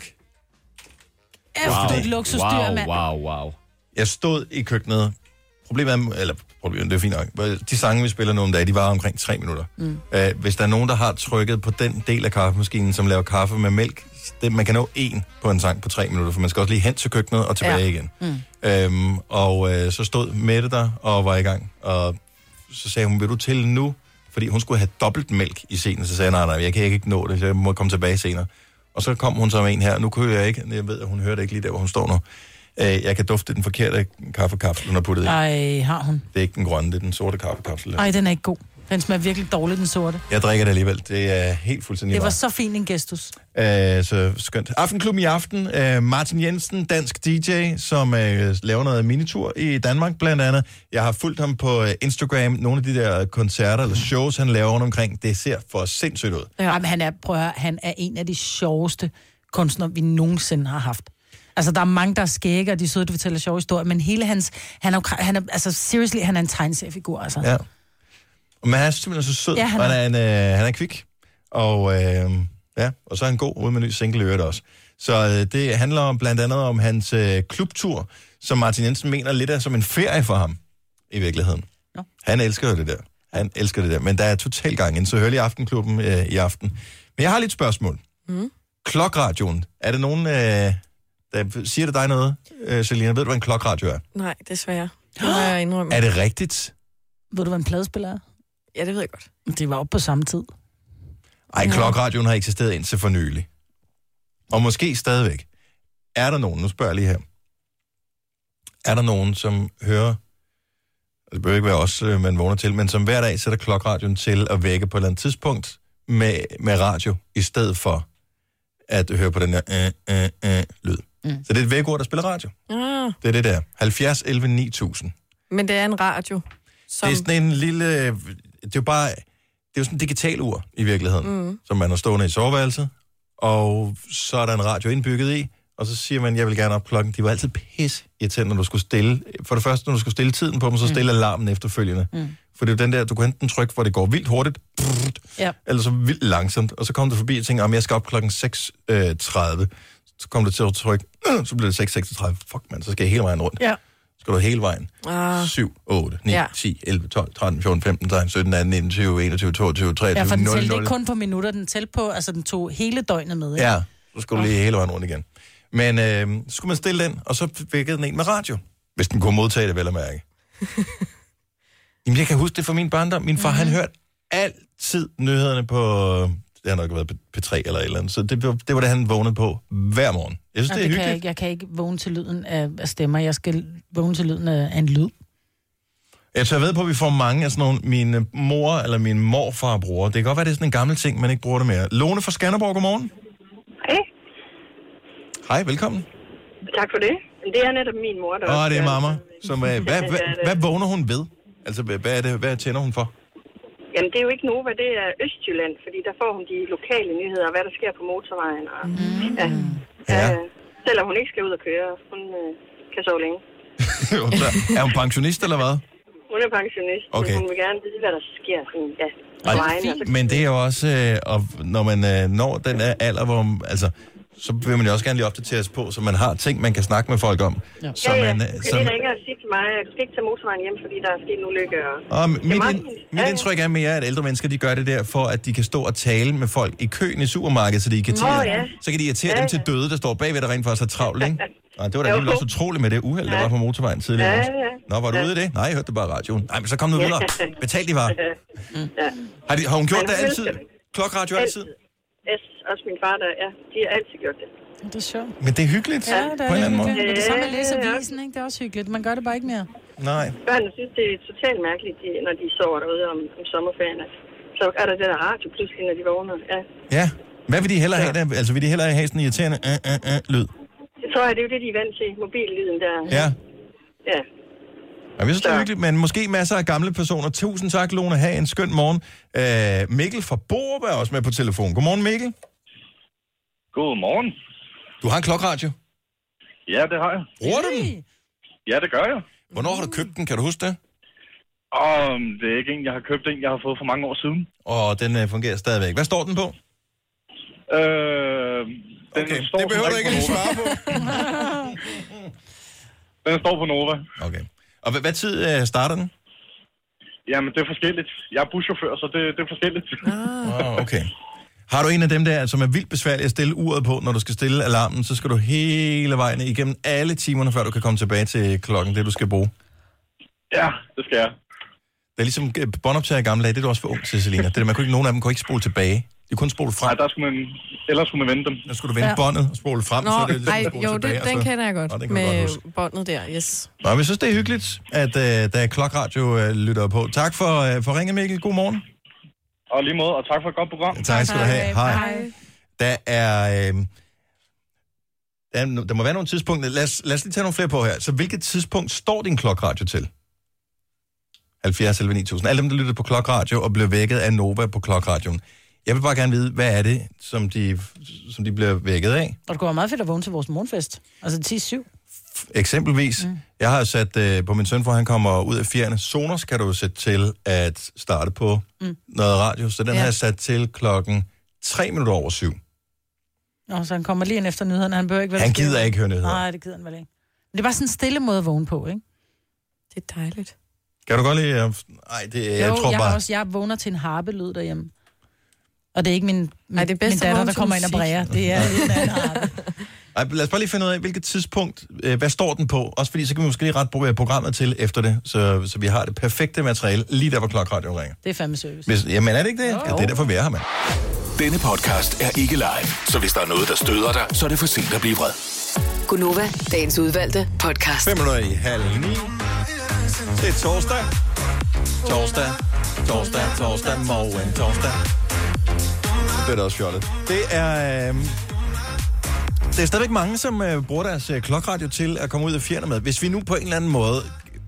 Efter wow. et luksusdyr, wow, mand. Wow, wow. Jeg stod i køkkenet. Problemet er... Eller problemet, det er fint nok. De sange, vi spiller nu om dagen, de varer omkring tre minutter. Mm. Uh, hvis der er nogen, der har trykket på den del af kaffemaskinen, som laver kaffe med mælk, det, man kan nå en på en sang på tre minutter, for man skal også lige hen til køkkenet og tilbage ja. igen. Mm. Øhm, og øh, så stod Mette der og var i gang, og så sagde hun, vil du til nu? Fordi hun skulle have dobbelt mælk i scenen, så sagde jeg, nej, nej, jeg kan ikke nå det, så jeg må komme tilbage senere. Og så kom hun så med en her, nu kunne jeg ikke, jeg ved, at hun hørte ikke lige der, hvor hun står nu. Øh, jeg kan dufte den forkerte kaffekapsel, hun har puttet i. Ej, har hun? Det er ikke den grønne, det er den sorte kaffekapsel. Ej, den er ikke god. Den smager virkelig dårligt, den sorte. Jeg drikker det alligevel. Det er helt fuldstændig Det var meget. så fin en gestus. Uh, så skønt. Aftenklubben i aften. Uh, Martin Jensen, dansk D J, som uh, laver noget minitur i Danmark blandt andet. Jeg har fulgt ham på uh, Instagram. Nogle af de der koncerter eller shows, han laver rundt omkring. Det ser for sindssygt ud. Ja, men han er, prøv at høre, han er en af de sjoveste kunstnere, vi nogensinde har haft. Altså, der er mange, der er skægge, og de er søde, der fortæller sjove historier, men hele hans... Han er, han er, altså, seriously, han er en tegneseriefigur, altså. Ja. Men han er simpelthen så sød, ja, han, er. Og han, er en, øh, han er kvik, og, øh, ja, og så er han god ude med ny single øret også. Så øh, det handler om, blandt andet om hans øh, klubtur, som Martin Jensen mener lidt er som en ferie for ham, i virkeligheden. Ja. Han elsker jo det der. Han elsker det der, men der er total gang ind, så hør lige Aftenklubben øh, i aften. Men jeg har lidt spørgsmål. Mm. Klokradioen, er det nogen, øh, der siger det dig noget, øh, Selina? Ved du, hvad en klokradio er? Nej, desværre. Det må jeg indrømme. Er det rigtigt? Ved du, hvad en pladespiller er? Ja, det ved jeg godt. De var oppe på samme tid. Ej, klokradioen har eksisteret indtil for nylig. Og måske stadigvæk. Er der nogen, nu spørger jeg lige her. Er der nogen, som hører, det bør ikke være os, man vågner til, men som hver dag sætter klokradioen til at vække på et eller andet tidspunkt med, med radio, i stedet for at høre på den der øh, øh, øh, lyd. Mm. Så det er et vækord, der spiller radio. Ah. Det er det der. halvfjerds elleve ni tusind. Men det er en radio. Som... Det er sådan en lille... Det er jo bare... Det er jo sådan en digital ur, i virkeligheden, mm. som man har stående i soveværelset, og så er der en radio indbygget i, og så siger man, jeg vil gerne op klokken. De var altid pisse irriterende, når du skulle stille... For det første, når du skulle stille tiden på dem, så stille mm. alarmen efterfølgende. Mm. For det er jo den der, du kan enten trykke, hvor det går vildt hurtigt, brrrt, ja. eller så vildt langsomt, og så kom du forbi og tænkte, om jeg skal op klokken seks tredive. Så kom du til at trykke, øh, så blev det seks seksogtredive. Fuck, man, så skal jeg hele vejen rundt. Ja. Skal du hele vejen. Ah. syv, otte, ni, ja. ti, elleve, tolv, tretten, fjorten, femten, seksten, sytten, atten, nitten, tyve, enogtyve, toogtyve, treogtyve, ja, for den nul, tælte nul. ikke kun på minutter, den tælte på, altså den tog hele døgnet med, ikke? Ja, så skulle du lige hele vejen rundt igen. Men øh, så skulle man stille den, og så vækkede den en med radio. Hvis den kunne modtage det, vel at mærke. Jamen, jeg kan huske det fra min barndom. Min far, mm-hmm. han hørte altid nyhederne på... Det har nok været P tre eller et eller andet. Så det, det var det, han vågnede på hver morgen. Jeg synes, ja, det er det hyggeligt. Kan jeg, ikke. jeg kan ikke vågne til lyden af, af stemmer. Jeg skal vågne til lyden af, af en lyd. Jeg tager ved på, at vi får mange af sådan nogle, mine mor eller min morfar bruger. Det kan godt være, det er sådan en gammel ting, man ikke bruger det mere. Lone fra Skanderborg, godmorgen. Hej. Hej, velkommen. Tak for det. Det er netop min mor, der... Åh, det er mamma. Som, hvad, hvad, hvad, hvad vågner hun ved? Altså, hvad er det, hvad tænder hun for? Jamen, det er jo ikke Nova, det er Østjylland, fordi der får hun de lokale nyheder, hvad der sker på motorvejen. Og, mm. ja, ja. Øh, selvom hun ikke skal ud og køre, hun øh, kan sove længe. Er hun pensionist, eller hvad? Hun er pensionist, okay. Men hun vil gerne vide, hvad der sker. Sådan, ja, Ej, vejen, altså. Men det er jo også, øh, og når man øh, når den der alder, hvor man, altså, så vil man jo også gerne lige opdateres på, så man har ting, man kan snakke med folk om. Ja, så ja, ja. Man, øh, så... det ringer og siger til mig, at du skal ikke tage motorvejen hjem, fordi der er sket en ulykke. Og, og mit, meget... ind, mit ja, indtryk er mere, at ældre mennesker, de gør det der, for at de kan stå og tale med folk i køen i supermarkedet, så de kan, Nå, ja. så kan de irritere ja, dem til døde, der står bagved, der rent faktisk er travlt, ikke? Og det var da helt også utroligt med det uheld, der var på motorvejen tidligere. Ja, ja. Nå, var du ja. ude i det? Nej, jeg hørte det bare i radioen. Nej, men så kom du videre. Betal de var. Ja. Har, de, har hun gjort det altid? Klokradio altid? Yes, også min far, der, ja, de har altid gjort det. Det er sjovt. Men det er hyggeligt, ja, det er på en eller anden måde. Det er det samme med at læse avisen, ikke? Det er også hyggeligt. Man gør det bare ikke mere. Nej. Børnene synes, det er totalt mærkeligt, når de sover derude om, om sommerferien. Så er der det der radio pludselig, når de vågner. Ja. Ja. Hvad vil de hellere have? Der? Altså, vil de hellere have sådan en irriterende øh, øh, øh, lyd? Det tror jeg, det er jo det, de er vant til. Mobillyden der. Ja. Ja. Jeg synes, det er hyggeligt, men måske masser af gamle personer. Tusind tak, Lone. Ha' en skøn morgen. Uh, Mikkel fra Borup er også med på telefon. Godmorgen, Mikkel. Godmorgen. Du har en klokradio? Ja, det har jeg. Bruger du den? Ja, det gør jeg. Hvornår har du købt den? Kan du huske det? Og det er ikke en, jeg har købt en, jeg har fået for mange år siden. Og den uh, fungerer stadigvæk. Hvad står den på? Øh, den okay, står det behøver du ikke lige svare på. Den står på Nova. Okay. Og hvad, hvad tid uh, starter den? Jamen, det er forskelligt. Jeg er buschauffør, så det, det er forskelligt. Ah, okay. Har du en af dem der, som er vildt besværlig at stille uret på, når du skal stille alarmen, så skal du hele vejen igennem alle timerne, før du kan komme tilbage til klokken, det du skal bruge? Ja, det skal jeg. Det er ligesom båndoptager i gamle dage, det er du også for ung til, Selina. Det er, man kunne ikke, nogen af dem kunne ikke spole tilbage. De kunne spole frem. Nej, der skulle man, ellers skulle man vende dem. Der skulle du vende ja. båndet og spole frem, Nå, så det er ej, ligesom jo, tilbage, det, den så... kender jeg godt, Nå, med godt båndet der, yes. Nå, men jeg synes, det er hyggeligt, at uh, der er klokradio uh, lytter på. Tak for, uh, for ringe, Mikkel. God morgen. Og lige måde, og tak for et godt program. Ja, tak skal du have. Hej. Hej. Der er... Øh, der, er, der må være nogle tidspunkter. Lad os, lad os lige tage nogle flere på her. Så hvilket tidspunkt står din klokradio til? halvfjerds elleve ni tusind. Alle dem, der lytter på klokradio og bliver vækket af Nova på klokradioen. Jeg vil bare gerne vide, hvad er det, som de, som de bliver vækket af? Og det går meget fedt at vågne til vores morgenfest. Altså ti syv. Eksempelvis. Mm. Jeg har sat øh, på min søn, for han kommer ud af fjerne. Sonos kan du sætte til at starte på mm. noget radio. Så den ja. har jeg sat til klokken tre minutter over syv. Nå, så han kommer lige ind efter nyhederne. Han behøver ikke vel Han gider stille. Ikke høre nyheder. Nej, det gider han vel ikke. Men det er bare sådan en stille måde at vågne på, ikke? Det er dejligt. Kan du godt lide... Nej, det, jo, jeg tror jeg bare... også, jeg vågner til en harpelyd derhjemme. Og det er ikke min, min, Ej, det min datter, der kommer ind og bræger. Det er en anden harpe. Ej, lad os bare lige finde ud af, hvilket tidspunkt, øh, hvad står den på? Også fordi, så kan vi måske lige rette programmet til efter det, så, så vi har det perfekte materiale lige der, hvor klokradioen ringer. Det er fandme service. Hvis, jamen er det ikke det? Ja, det er derfor, vi er her, mand. Denne podcast er ikke live, så hvis der er noget, der støder dig, så er det for sent at blive vred. Gunova, dagens udvalgte podcast. fem minutter i halv ni. Det er torsdag. Torsdag. Torsdag. Torsdag. Morgen. Torsdag. Det er da også fjollet. Det er... Øh... Det er stadigvæk mange, som øh, bruger deres øh, klokradio til at komme ud af fjerne med. Hvis vi nu på en eller anden måde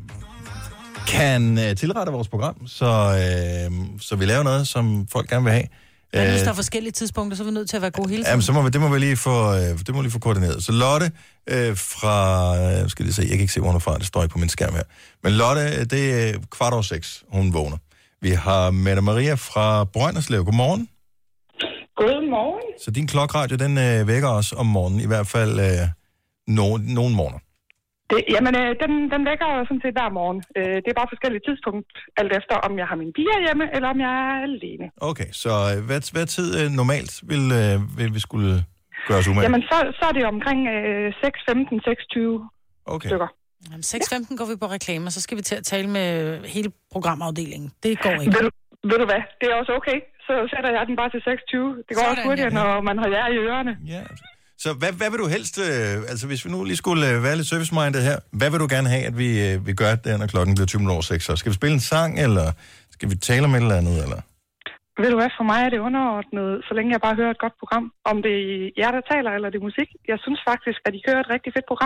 kan øh, tilrette vores program, så, øh, så vi laver noget, som folk gerne vil have. Men hvis der er forskellige tidspunkter, så er vi nødt til at være gode hele tiden. Jamen, så må vi, det må vi lige få, øh, det må vi lige få koordineret. Så Lotte øh, fra... Øh, skal lige se, jeg kan ikke se, hvor hun er fra. Det står ikke på min skærm her. Men Lotte, det er kvart over seks, hun vågner. Vi har Mette Maria fra Brønderslev. Godmorgen. Godmorgen. Så din klokradio, den øh, vækker os om morgenen, i hvert fald øh, no, nogle morgener. Det, jamen, øh, den, den vækker jo sådan set hver morgen. Øh, det er bare forskellige tidspunkt, alt efter om jeg har mine piger hjemme, eller om jeg er alene. Okay, så øh, hvad, hvad tid øh, normalt vil, øh, vil vi skulle gøre os umage? Jamen, så, så er det omkring øh, seks femten til seks tyve okay. stykker. Jamen, seks femten ja. går vi på reklamer, så skal vi til at tale med hele programafdelingen. Det går ikke. Ved du, ved du hvad? Det er også okay. Så sætter jeg den bare til seks tyve. Det går Sådan, også hurtigere, ja. når man har jer i ørerne. Ja. Så hvad, hvad vil du helst, øh, altså hvis vi nu lige skulle øh, være lidt service-minded her, hvad vil du gerne have, at vi, øh, vi gør det, når klokken bliver tyve minutter over seks? Så skal vi spille en sang, eller skal vi tale om et eller andet, eller? Ved du hvad, for mig er det underordnet, så længe jeg bare hører et godt program. Om det er jer, der taler, eller det er musik. Jeg synes faktisk, at I kører et rigtig fedt program.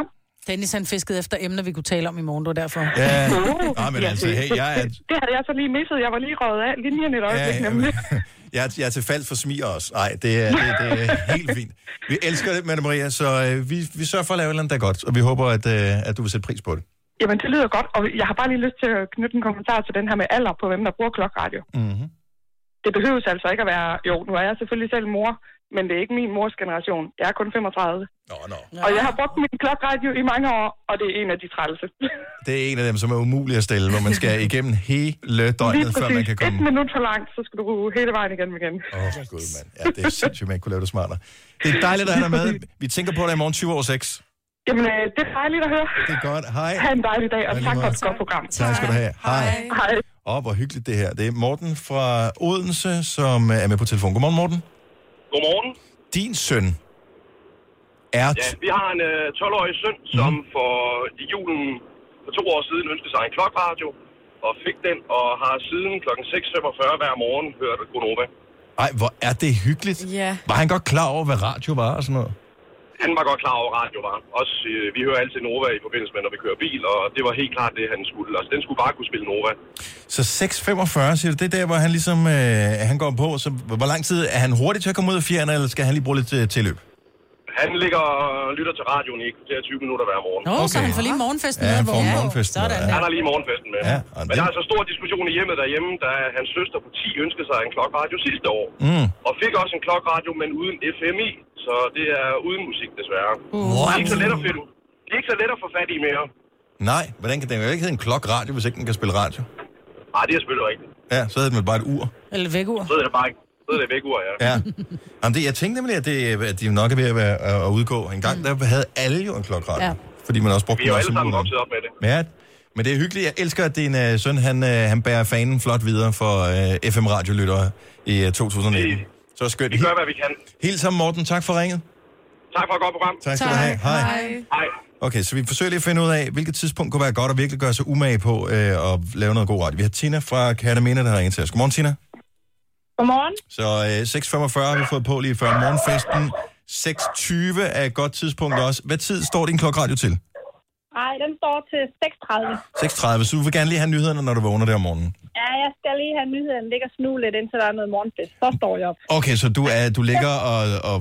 Dennis han fiskede efter emner, vi kunne tale om i morgen, det var derfor. Ja, ja men altså, hey, jeg er... Det havde jeg så lige misset. Jeg var lige røget af linjen et øjeblik, ja, nemlig. Jeg er, jeg er til fald for smiger også. Nej, det er, det, det er helt fint. Vi elsker det, Mette Maria, så øh, vi, vi sørger for at lave et eller andet, der er godt, og vi håber, at, øh, at du vil sætte pris på det. Jamen, det lyder godt, og jeg har bare lige lyst til at knytte en kommentar til den her med alder på, hvem der bruger klokradio. Mm-hmm. Det behøves altså ikke at være... Jo, nu er jeg selvfølgelig selv mor, men det er ikke min mors generation. Jeg er kun femogtredive. Nå, nå. Og jeg har brugt min klokradio i mange år, og det er en af de trælse. Det er en af dem, som er umulige at stille, hvor man skal igennem hele døgnet, før man kan komme... Et minut for langt, så skal du hele vejen igen igen. Åh, oh, gud, mand. Ja, det er sindssygt, man ikke kunne lave det smartere. Det er dejligt at have dig med. Vi tænker på dig i morgen tyve over seks. Jamen, det er dejligt at høre. Det er godt. Hej. Ha' en dejlig dag, og tak for et godt program. Tak skal du have. Hej. Hej. Åh, oh, hvor hyggeligt det her. Det er Morten fra Odense, som er med på telefon. Godmorgen, Morten. Godmorgen. Din søn er... Ja, vi har en øh, tolv-årig søn, som mm. for i julen for to år siden ønskede sig en klokradio, og fik den, og har siden klokken seks femogfyrre hver morgen hørt Gonova. Ej, hvor er det hyggeligt. Yeah. Var han godt klar over, hvad radio var og sådan noget? Han var godt klar over, hvad radio var. Også, øh, vi hører altid Nova i forbindelse med, når vi kører bil, og det var helt klart det, han skulle. Altså, den skulle bare kunne spille Nova. Så seks femogfyrre, siger du, det er der, hvor han ligesom øh, han går på. Så hvor lang tid er han hurtig til at komme ud af fjerne, eller skal han lige bruge lidt øh, tilløb? Han ligger og lytter til radioen i kvarter tyve minutter hver morgen. Nå, okay. Så han får lige morgenfesten ja, med. Han får ja, morgenfesten sådan, ja. Han har lige morgenfesten med. Ja, men der er altså stor diskussion i hjemmet derhjemme, da hans søster på ti ønskede sig en klokradio sidste år. Mm. Og fik også en klokradio, men uden F M I. Så det er uden musik, desværre. What? Det er ikke så let at finde. Det er ikke så let at få fat i mere. Nej, hvordan kan den jo ikke hedde en klokradio, hvis ikke den kan spille radio? Nej, det er selvfølgelig rigtigt. Ja, så hedder den bare et ur. Eller et vækur. Så hedder det bare ikke. Så er det vækur, ja. Ja. Jamen, det, jeg tænkte nemlig, at, det, at de nok er ved at, være, at udgå. En gang, mm. der havde alle jo en klokradio. Ja. Fordi man også brugte Vi er jo alle sammen vokset op med det. Ja, men det er hyggeligt. Jeg elsker, at din uh, søn, han, uh, han bærer fanen flot videre for uh, F M-radiolyttere i uh, to tusind nitten. Vi, så skønt. Vi gør, hvad vi kan. Helt sammen, Morten. Tak for ringet. Tak for et godt program. Tak skal du have. Hej. Hej. Okay, så vi forsøger lige at finde ud af, hvilket tidspunkt kunne være godt at virkelig gøre sig umage på øh, at lave noget god radio. Vi har Tina fra Kærteminde, der har ringet til os. Godmorgen, Tina. Godmorgen. Så øh, seks femogfyrre har vi fået på lige før morgenfesten. seks tyve er et godt tidspunkt også. Hvad tid står din klokradio til? Nej, den står til seks tredive. seks tredive, så du vil gerne lige have nyhederne, når du vågner der om morgenen? Ja, jeg skal lige have nyheden. Ligger og snue lidt, indtil der er noget morgenfest. Så står jeg op. Okay, så du, er, du ligger og... og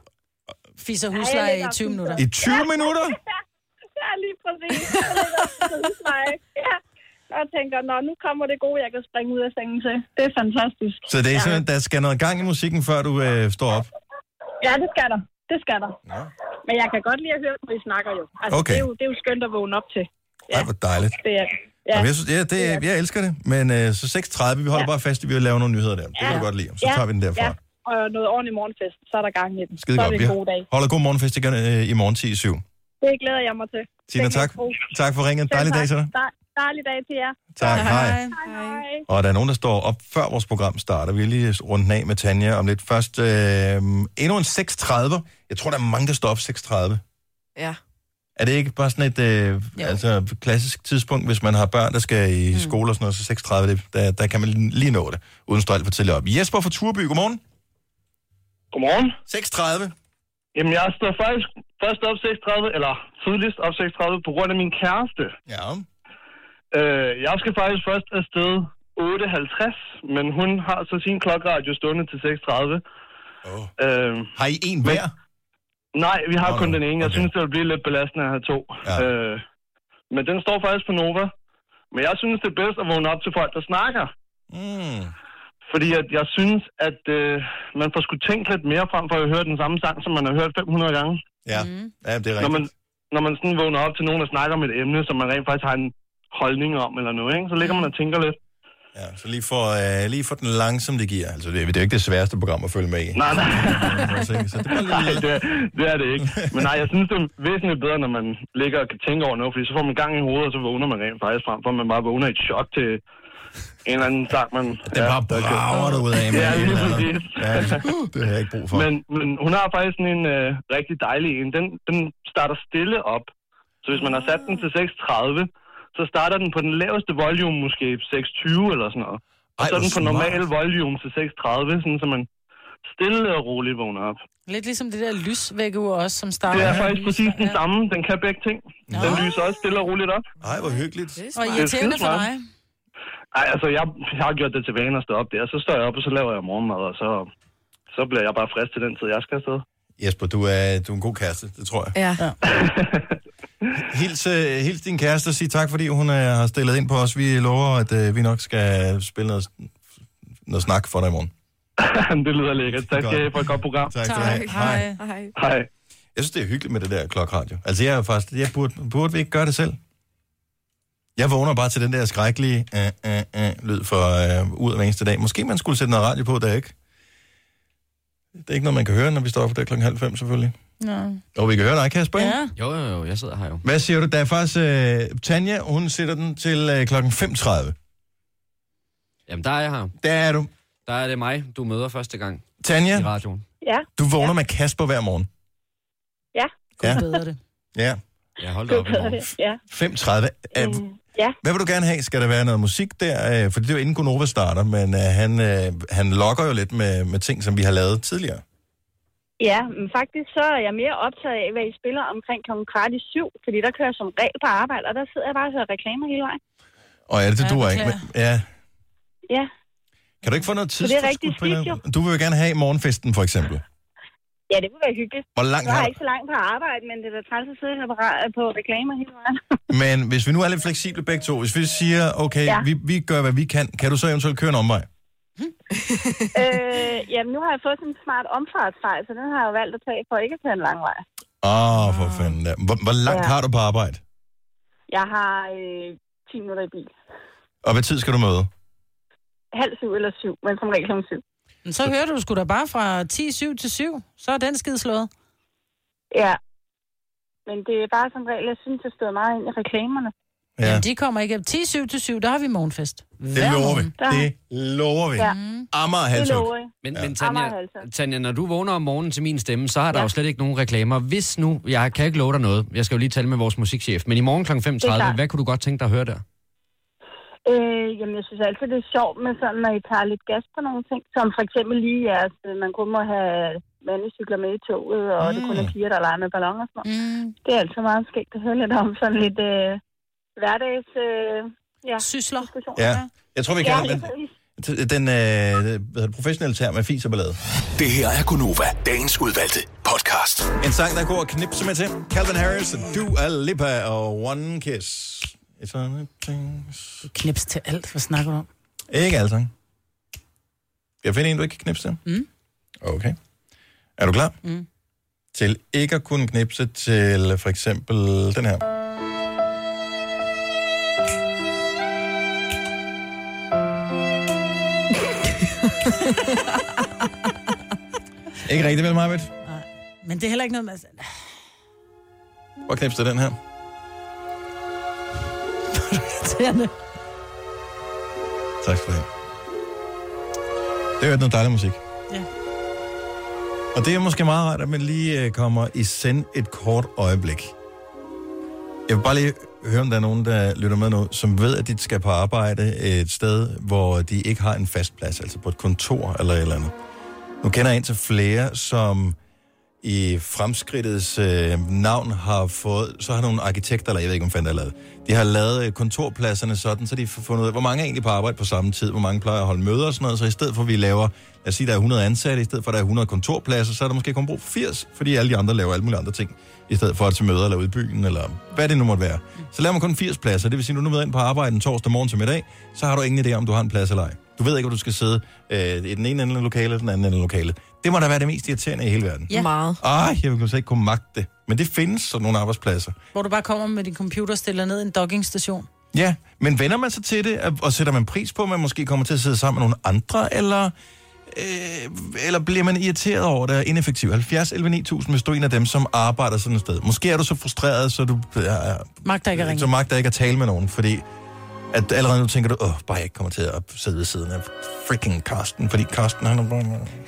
fiser husleje i tyve minutter. I tyve minutter? Ja, lige præcis. Jeg ligger og husleje. Ja. Og jeg tænker, nå, nu kommer det gode, jeg kan springe ud af sengen til. Det er fantastisk. Så det er ja. sådan, der skal noget gang i musikken, før du øh, står op? Ja, det skal der. Det skal der. Ja. Men jeg kan godt lide at høre, når I snakker jo. Altså, okay. det, er jo det er jo skønt at vågne op til. Ja. Ej, hvor dejligt. Det er ja. Jamen, jeg, synes, ja, det, ja. jeg elsker det. Men øh, så seks tredive, vi holder ja. bare fast i, vi vil lave nogle nyheder der. Det ja. kan du godt lide. Så ja. tager vi den derfra. Ja. Og noget ordentlig morgenfest, så er der gang i den. Skide så godt. er det en god dag. Holder god morgenfest igen øh, i morgen ti i syv. Det glæder jeg mig til. Tina, tak. Tak for ringen. Dejlig dag til dig. Dejlig dag til jer. Tak, hej. Hej. Hej. Og der er nogen, der står op før vores program starter. Vi vil lige rundt af med Tanja om lidt. Først øh, endnu en seks tredive. Jeg tror, der er mange, der står op seks tredive. Ja. Er det ikke bare sådan et øh, altså, klassisk tidspunkt, hvis man har børn, der skal i mm. skole og sådan noget, så seks tredive, det, der, der kan man lige nå det, uden at stå alt for tidligt op. Jesper fra Turby, godmorgen. Godmorgen. seks tredive. Jamen, jeg står faktisk først op seks tredive, eller tidligst op seks tredive, på grund af min kæreste. Ja. Øh, jeg skal faktisk først afsted otte halvtreds, men hun har så sin klokradio stående til seks tredive. Oh. Øh, har I en hver? Nej, vi har oh, kun no. den ene. Jeg okay. synes, det vil blive lidt belastende at have to. Ja. Øh, men den står faktisk på Nova. Men jeg synes, det er bedst at vågne op til folk, der snakker. Mm. Fordi at jeg synes, at øh, man får sgu tænkt lidt mere frem for at høre den samme sang, som man har hørt fem hundrede gange. Ja, mm. ja det er rigtigt. Når man, når man sådan vågner op til nogen, der snakker om et emne, som man rent faktisk har en holdning om eller noget, ikke? Så ligger man og tænker lidt. Ja, så lige for, øh, lige for den langsomme, det giver. Altså, det, det er jo ikke det sværeste program at følge med i. Nej, nej. Så det, er nej det, er, det er det ikke. Men nej, jeg synes, det er væsentligt bedre, når man ligger og kan tænke over noget, fordi så får man gang i hovedet, og så vågner man rent faktisk frem, for man bare vågner i et chok til en eller anden sang, man... Det er ja, bare brager der ud af. Ja, lige præcis. Ja, det har jeg ikke brug for. Men, men hun har faktisk sådan en øh, rigtig dejlig en. Den, den starter stille op. Så hvis man har sat den til seks tredive, så starter den på den laveste volume, måske seks tyve eller sådan noget. Og Ej, så er den på normal volume til seks tredive, sådan så man stille og roligt vågner op. Lidt ligesom det der lysvækkeur også, som starter... Det er faktisk præcis den samme. Den kan begge ting. Nå. Den lyser også stille og roligt op. Ej, hvor hyggeligt. Og irriterende for dig? Ej, altså, jeg, jeg har gjort det til vane at stå op der. Så står jeg op, og så laver jeg morgenmad, og så, så bliver jeg bare frisk til den tid, jeg skal afsted. Jesper, du er, du er en god kæreste, det tror jeg. Ja. hils, uh, hils din kæreste og sig tak, fordi hun uh, har stillet ind på os. Vi lover, at uh, vi nok skal spille noget, noget snak for dig i morgen. Det lyder lækkert. Tak skal for et godt program. Tak skal du have. Hej. Hej. Hej. Jeg synes, det er hyggeligt med det der klokradio. Altså, jeg er faktisk, jeg burde, burde vi ikke gøre det selv? Jeg vågner bare til den der skrækkelige uh, uh, uh, lyd for uh, ud af hver eneste dag. Måske man skulle sætte noget radio på, der ikke. Det er ikke noget, man kan høre, når vi står op der klokken halv fem, selvfølgelig. Nå. Og vi kan høre dig, Kasper, ikke? Ja. Jo, jo, jo, jeg sidder her jo. Hvad siger du? Der er faktisk uh, Tanja, hun sætter den til uh, klokken fem tredive. Jamen, der er jeg her. Der er du. Der er det mig, du møder første gang. Tanja, i radioen. Ja. Du vågner ja. med Kasper hver morgen. Ja. Ja. Bedre det. Ja. Jeg holder op i morgen. Ja. fem tredive. Uh, Mm, ja. Hvad vil du gerne have? Skal der være noget musik der? Uh, for det er jo inden Gonova starter, men uh, han, uh, han lokker jo lidt med, med ting, som vi har lavet tidligere. Ja, men faktisk så er jeg mere optaget af, hvad I spiller omkring klokken kvart i syv, fordi der kører jeg som regel på arbejde, og der sidder jeg bare og hører reklamer hele vejen. Og er det det, du er ikke? Men, ja. Ja. Kan du ikke få noget Så det er rigtig tidsforskud? skidt, jo. Du vil jo gerne have morgenfesten, for eksempel. Ja, det kunne være hyggeligt. Hvor langt så har er du- jeg ikke så langt på arbejde, men det er da træls at sidde her på, på reklamer hele vejen. Men hvis vi nu er lidt fleksible begge to, hvis vi siger, okay, Ja. ja. vi, vi gør, hvad vi kan, kan du så eventuelt køre en omvej? øh, jamen, nu har jeg fået sådan en smart omfartsfejl, så den har jeg jo valgt at tage for ikke at tage en lang vej. Åh, oh, for fanden da. Hvor, hvor langt Ja. ja. har du på arbejde? Jeg har øh, ti minutter i bil. Og hvad tid skal du møde? Halv syv eller syv, men som regel klokken syv. Men så hører du sgu da bare fra ti syv til syv. Så er den skid slået. Ja. Men det er bare som regel, jeg synes, jeg stod meget ind i reklamerne. Ja. Jamen, de kommer ikke. ti syv til syv, der har vi morgenfest. Det lover vi. Det lover vi. Ja. Amager Det Halshug. lover jeg. Men, Ja. men Tanja, Amager Halshug. Tanja, når du vågner om morgenen til min stemme, så har der Ja. jo slet ikke nogen reklamer. Hvis nu, jeg kan ikke love dig noget, jeg skal jo lige tale med vores musikchef, men i morgen klokken fem Det er tredive, klart. hvad kunne du godt tænke dig at høre der? Øh, jamen, jeg synes altid, det er sjovt med sådan, når I tager lidt gas på nogle ting. Som for eksempel lige, at øh, man kun må have mandecykler med i toget, og mm. det kun er piger, der leger med balloner og sådan noget. Mm. Det er altid meget skægt at høre lidt om sådan lidt øh, hverdags... Øh, ja, Sysler. Ja. Jeg tror, vi Ja, kan lige den, præcis. den øh, hvad hedder det, professionelle term er fis og ballade. Det her er Gonova, dagens udvalgte podcast. En sang, der er god at knipse med til. Calvin Harris, Dua Lipa og One Kiss. It's on the things. Knips til alt. Hvad snakker du om? Ikke alle sange. Jeg finder en, du ikke kan knipse til. Mm. Okay. Er du klar? Mm. Til ikke at kunne knipse til for eksempel den her. Ikke rigtig vel, Marvitt? Men det er heller ikke noget med... Prøv at knipse til den her. Irriterende. Tak skal du have. Det er jo noget dejlig musik. Ja. Og det er måske meget rart, at man lige øh, kommer i send et kort øjeblik. Jeg vil bare lige høre, om der er nogen, der lytter med nu, som ved, at de skal på arbejde et sted, hvor de ikke har en fast plads, altså på et kontor eller et eller andet. Nu kender jeg en til flere, som i fremskridtets øh, navn har fået, så har nogle arkitekter, eller jeg ved ikke, om fanden der er lavet, de har lavet øh, kontorpladserne sådan, så de har fundet ud af, hvor mange er egentlig på arbejde på samme tid, hvor mange plejer at holde møder og sådan noget, så i stedet for, at vi laver, lad os sige, der er hundrede ansatte, i stedet for, at der er hundrede kontorpladser, så er der måske kun brug for firs, fordi alle de andre laver alle mulige andre ting, i stedet for at til møder eller ude i byen, eller hvad det nu måtte være. Så laver man kun firs pladser, det vil sige, at når du møder ind på arbejde en torsdag morgen til middag, så har du ingen idé om, du har en plads eller ej. Du ved ikke, hvor du skal sidde øh, i den ene ende af lokalet, eller den anden ende af lokalet. Det må da være det mest irriterende i hele verden. Ja. Meget. Ej, jeg vil slet ikke kunne magte det. Men det findes sådan nogle arbejdspladser. Hvor du bare kommer med din computer og stiller ned i en dockingstation. Ja, men vender man sig til det, og sætter man pris på, at man måske kommer til at sidde sammen med nogle andre, eller, øh, eller bliver man irriteret over det, ineffektivt? halvfjerds elleve ni tusind, hvis du er en af dem, som arbejder sådan et sted. Måske er du så frustreret, så du øh, magter ikke at ringe. Så magter ikke at tale med nogen, fordi at allerede nu tænker du, åh, bare jeg ikke kommer til at sidde ved siden af freaking Karsten, fordi Karsten, han er bare...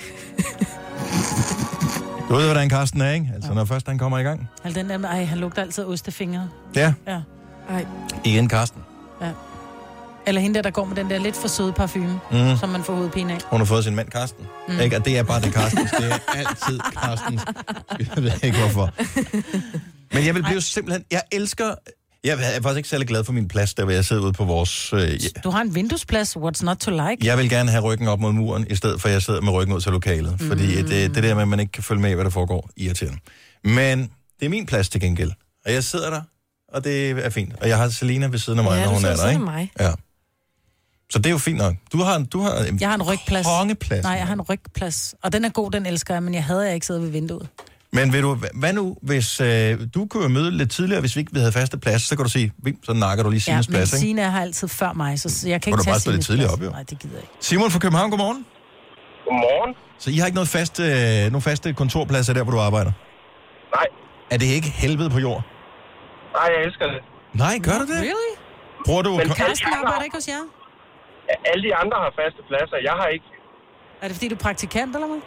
Du ved, hvordan Karsten er, ikke? Altså, når først han kommer i gang. Altså den der med, ej, han lugter altid af ostefingre. Ja. Ja. Ej. Igen Karsten. Ja. Eller hende der, der går med den der lidt for søde parfume, Mm. som man får hovedpine af. Hun har fået sin mand, Karsten. Mm. Ikke? Og det er bare det, Karstens. Det er altid Karstens. Jeg ved ikke, hvorfor. Men jeg vil blive simpelthen... Jeg elsker... Jeg er faktisk ikke særlig glad for min plads, der hvor jeg sidder ude på vores... Øh, ja. Du har en vinduesplads. What's not to like? Jeg vil gerne have ryggen op mod muren, i stedet for at jeg sidder med ryggen ud til lokalet. Mm. Fordi det, det der med, at man ikke kan følge med, hvad der foregår, irriterende. Men det er min plads til gengæld. Og jeg sidder der, og det er fint. Og jeg har Selina ved siden af mig, Ja, når hun du er sidder der, ved ikke? mig. Ja. Så det er jo fint nok. Du har, du har en Jeg har en rygplads. kongeplads. Nej, jeg har en rygplads. Og den er god, den elsker jeg, men jeg havde jeg ikke siddet ved vinduet. Men ved du, hvad nu, hvis øh, du kunne møde lidt tidligere, hvis vi ikke havde faste plads, så kan du sige, "Vim, så nakker du lige Sines Ja, men plads, ikke? Signe er her altid før mig, så jeg kan Må ikke du bare tage stå lidt Sines tidligere plads. op, jo. Nej, det gider jeg ikke. Simon fra København, godmorgen. Godmorgen. Så I har ikke noget faste, øh, nogle faste kontorpladser der, hvor du arbejder? Nej. Er det ikke helvede på jord? Nej, jeg elsker det. Nej, gør du det? Really? Bruger du... Men Karsten arbejder ikke hos jer? alle de andre har faste pladser. Jeg har ikke. Er det fordi, du er praktikant, eller hvad?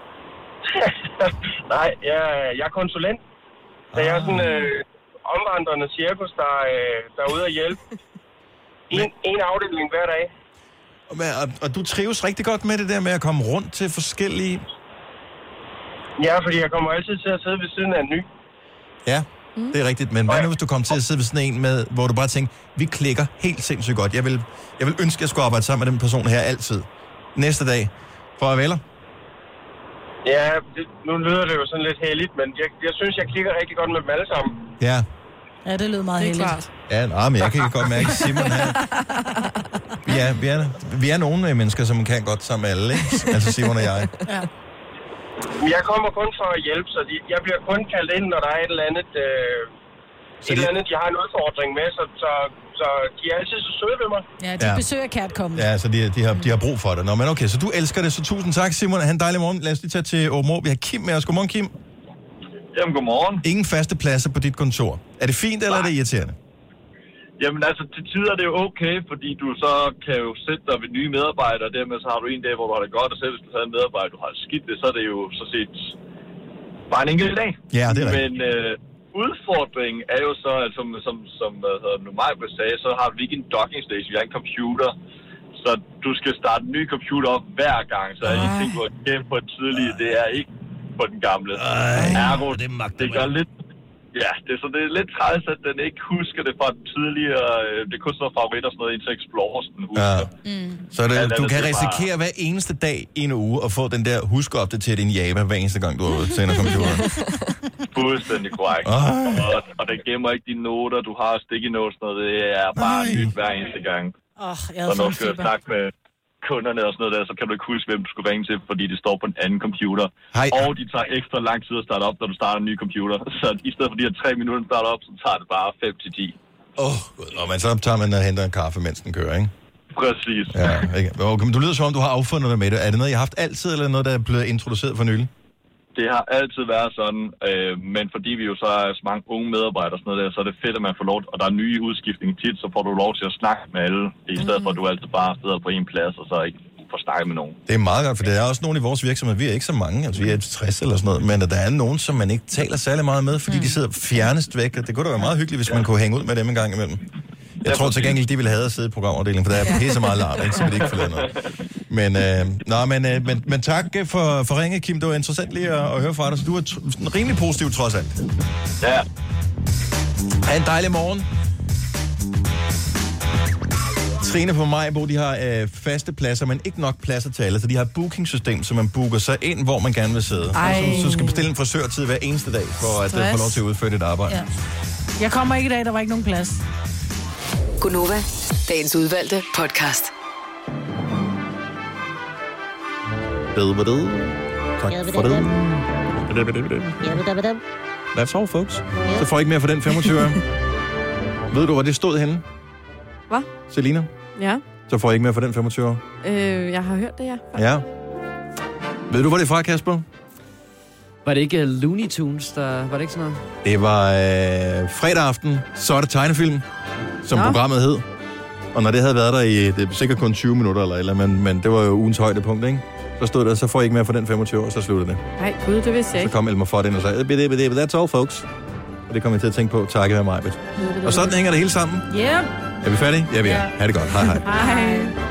Nej, jeg, jeg er konsulent. Så jeg er sådan øh, omvandrende cirkus, der, øh, der er ude at hjælpe. En, en afdeling hver dag. Og, og, og du trives rigtig godt med det der med at komme rundt til forskellige... Ja, fordi jeg kommer altid til at sidde ved siden af en ny. Ja, mm. det er rigtigt. Men hvad nu, hvis du kommer til at sidde ved sådan en, med, hvor du bare tænker, vi klikker helt sindssygt godt. Jeg vil, jeg vil ønske, at jeg skulle arbejde sammen med den person her altid. Næste dag. Farveler. Ja, det, nu lyder det jo sådan lidt heldigt, men jeg, jeg synes, jeg klikker rigtig godt med dem alle sammen. Ja. Ja, det lyder meget heldigt. Ja, nej, men jeg kan godt mærke, Simon her. Ja, vi er, vi er nogle mennesker, som kan godt sammen med alle, ikke? Altså Simon og jeg. Ja. Jeg kommer kun for at hjælpe, så de, jeg bliver kun kaldt ind, når der er et eller andet, øh, et de... eller andet, de har en udfordring med, så, så, så de er altid så søde ved mig. Ja, de Ja. besøger kærtkommende. Ja, så de, de, har, de har brug for det. Nå, men okay, så du elsker det, så tusind tak, Simon. Ha' en dejlig morgen. Lad os lige tage til Åbenrå. Vi har Kim med os. Godmorgen, Kim. Jamen, godmorgen. Ingen faste pladser på dit kontor. Er det fint, eller Nej. er det irriterende? Jamen altså, til tider er det jo okay, fordi du så kan jo sætte dig ved nye medarbejdere, og dermed så har du en dag, hvor du har det godt, og selv hvis du har en medarbejder, du har skidt det, så er det jo så set bare en enkelt dag. Ja, det er rigtigt. Men øh, udfordringen er jo så, at som, som, som hvad hedder nu mig sagde, så har vi ikke en docking station, vi har en computer, så du skal starte en ny computer op hver gang, så alle de ting, du har kendt på den tidlige, det er ikke på den gamle. Ej, Ergo, det magter det gør lidt. Ja, det er, så det er lidt træls, at den ikke husker det fra den tidligere... Øh, det er kun sådan noget favorit og sådan noget, Internet Explorer, den husker. Ja. Mm. Så det, du kan risikere hver eneste dag i en uge at få den der husk-opdateret din Java hver eneste gang, du har tænder computeren. Fuldstændig korrekt. Og, og den gemmer ikke de noter, du har sticky notes, noget. Det er bare Ej. nyt hver eneste gang. Oh, så når du skal snakke med kunderne og sådan noget der, så kan du ikke huske, hvem du skulle ringe til, fordi det står på en anden computer. Hej. Og de tager ekstra lang tid at starte op, når du starter en ny computer. Så i stedet for de her tre minutter, der starter op, så tager det bare fem til ti. Åh, oh, og man så tager man og henter en kaffe, mens den kører, ikke? Præcis. Ja, ikke? Okay, men du lyder som om, du har affundet dig med det. Er det noget, I har haft altid, eller noget, der er blevet introduceret for nylig? Det har altid været sådan, øh, men fordi vi jo så er så mange unge medarbejdere og sådan noget der, så er det fedt, at man får lov, og der er nye udskiftninger tit, så får du lov til at snakke med alle, i stedet for, at du altid bare sidder på en plads, og så ikke får snakket med nogen. Det er meget godt, for der er også nogle i vores virksomhed, vi er ikke så mange, altså vi er tres eller sådan noget, men der er nogen, som man ikke taler særlig meget med, fordi mm. de sidder fjernest væk, og det kunne da være meget hyggeligt, hvis man kunne hænge ud med dem en gang imellem. Jeg tror til gengæld, de ville have at sidde i programafdelingen, for der er pisse meget larm, ikke, så vil de ikke forlade noget. Men, øh, nå, men, øh, men, men tak for, for ringe, Kim. Det var interessant lige at, at høre fra dig, så du er t- rimelig positiv trods alt. Ja. Ha' en dejlig morgen. Trine på Majbo, de har øh, faste pladser, men ikke nok pladser til alle, så de har et bookingsystem, så man booker sig ind, hvor man gerne vil sidde. Så, så skal bestille en frisørtid hver eneste dag, for at uh, få lov til at udføre dit arbejde. Ja. Jeg kommer ikke i dag, der var ikke nogen plads. Gunova, dagens udvalgte podcast. Tak for det. That's all, folks. Så får I ikke mere for den femogtyve. Ved du, hvor det stod henne? Hvad? Selina? Ja. Så får I ikke mere for den femogtyve. Øh, jeg har hørt det, ja. Ja. Ved du, hvor det er fra, Kasper? Var det ikke uh, Looney Tunes, der... Var det ikke sådan noget? Det var øh, fredag aften, så er det tegnefilm, som Nå. programmet hed. Og når det havde været der i, det er sikkert kun tyve minutter eller eller, men, men det var jo ugens højdepunkt, ikke? Så stod der, så får I ikke mere for den femogtyve, og så sluttede det. Nej, gud, det vidste jeg ikke. Så kom Elmer Fudd ind og sagde, that's all, folks. Og det kom jeg til at tænke på, takket være mig. Og sådan hænger det hele sammen. Ja. Yeah. Er vi færdige? Ja, vi er. Ja. Ha' det godt. Hej hej. Hej.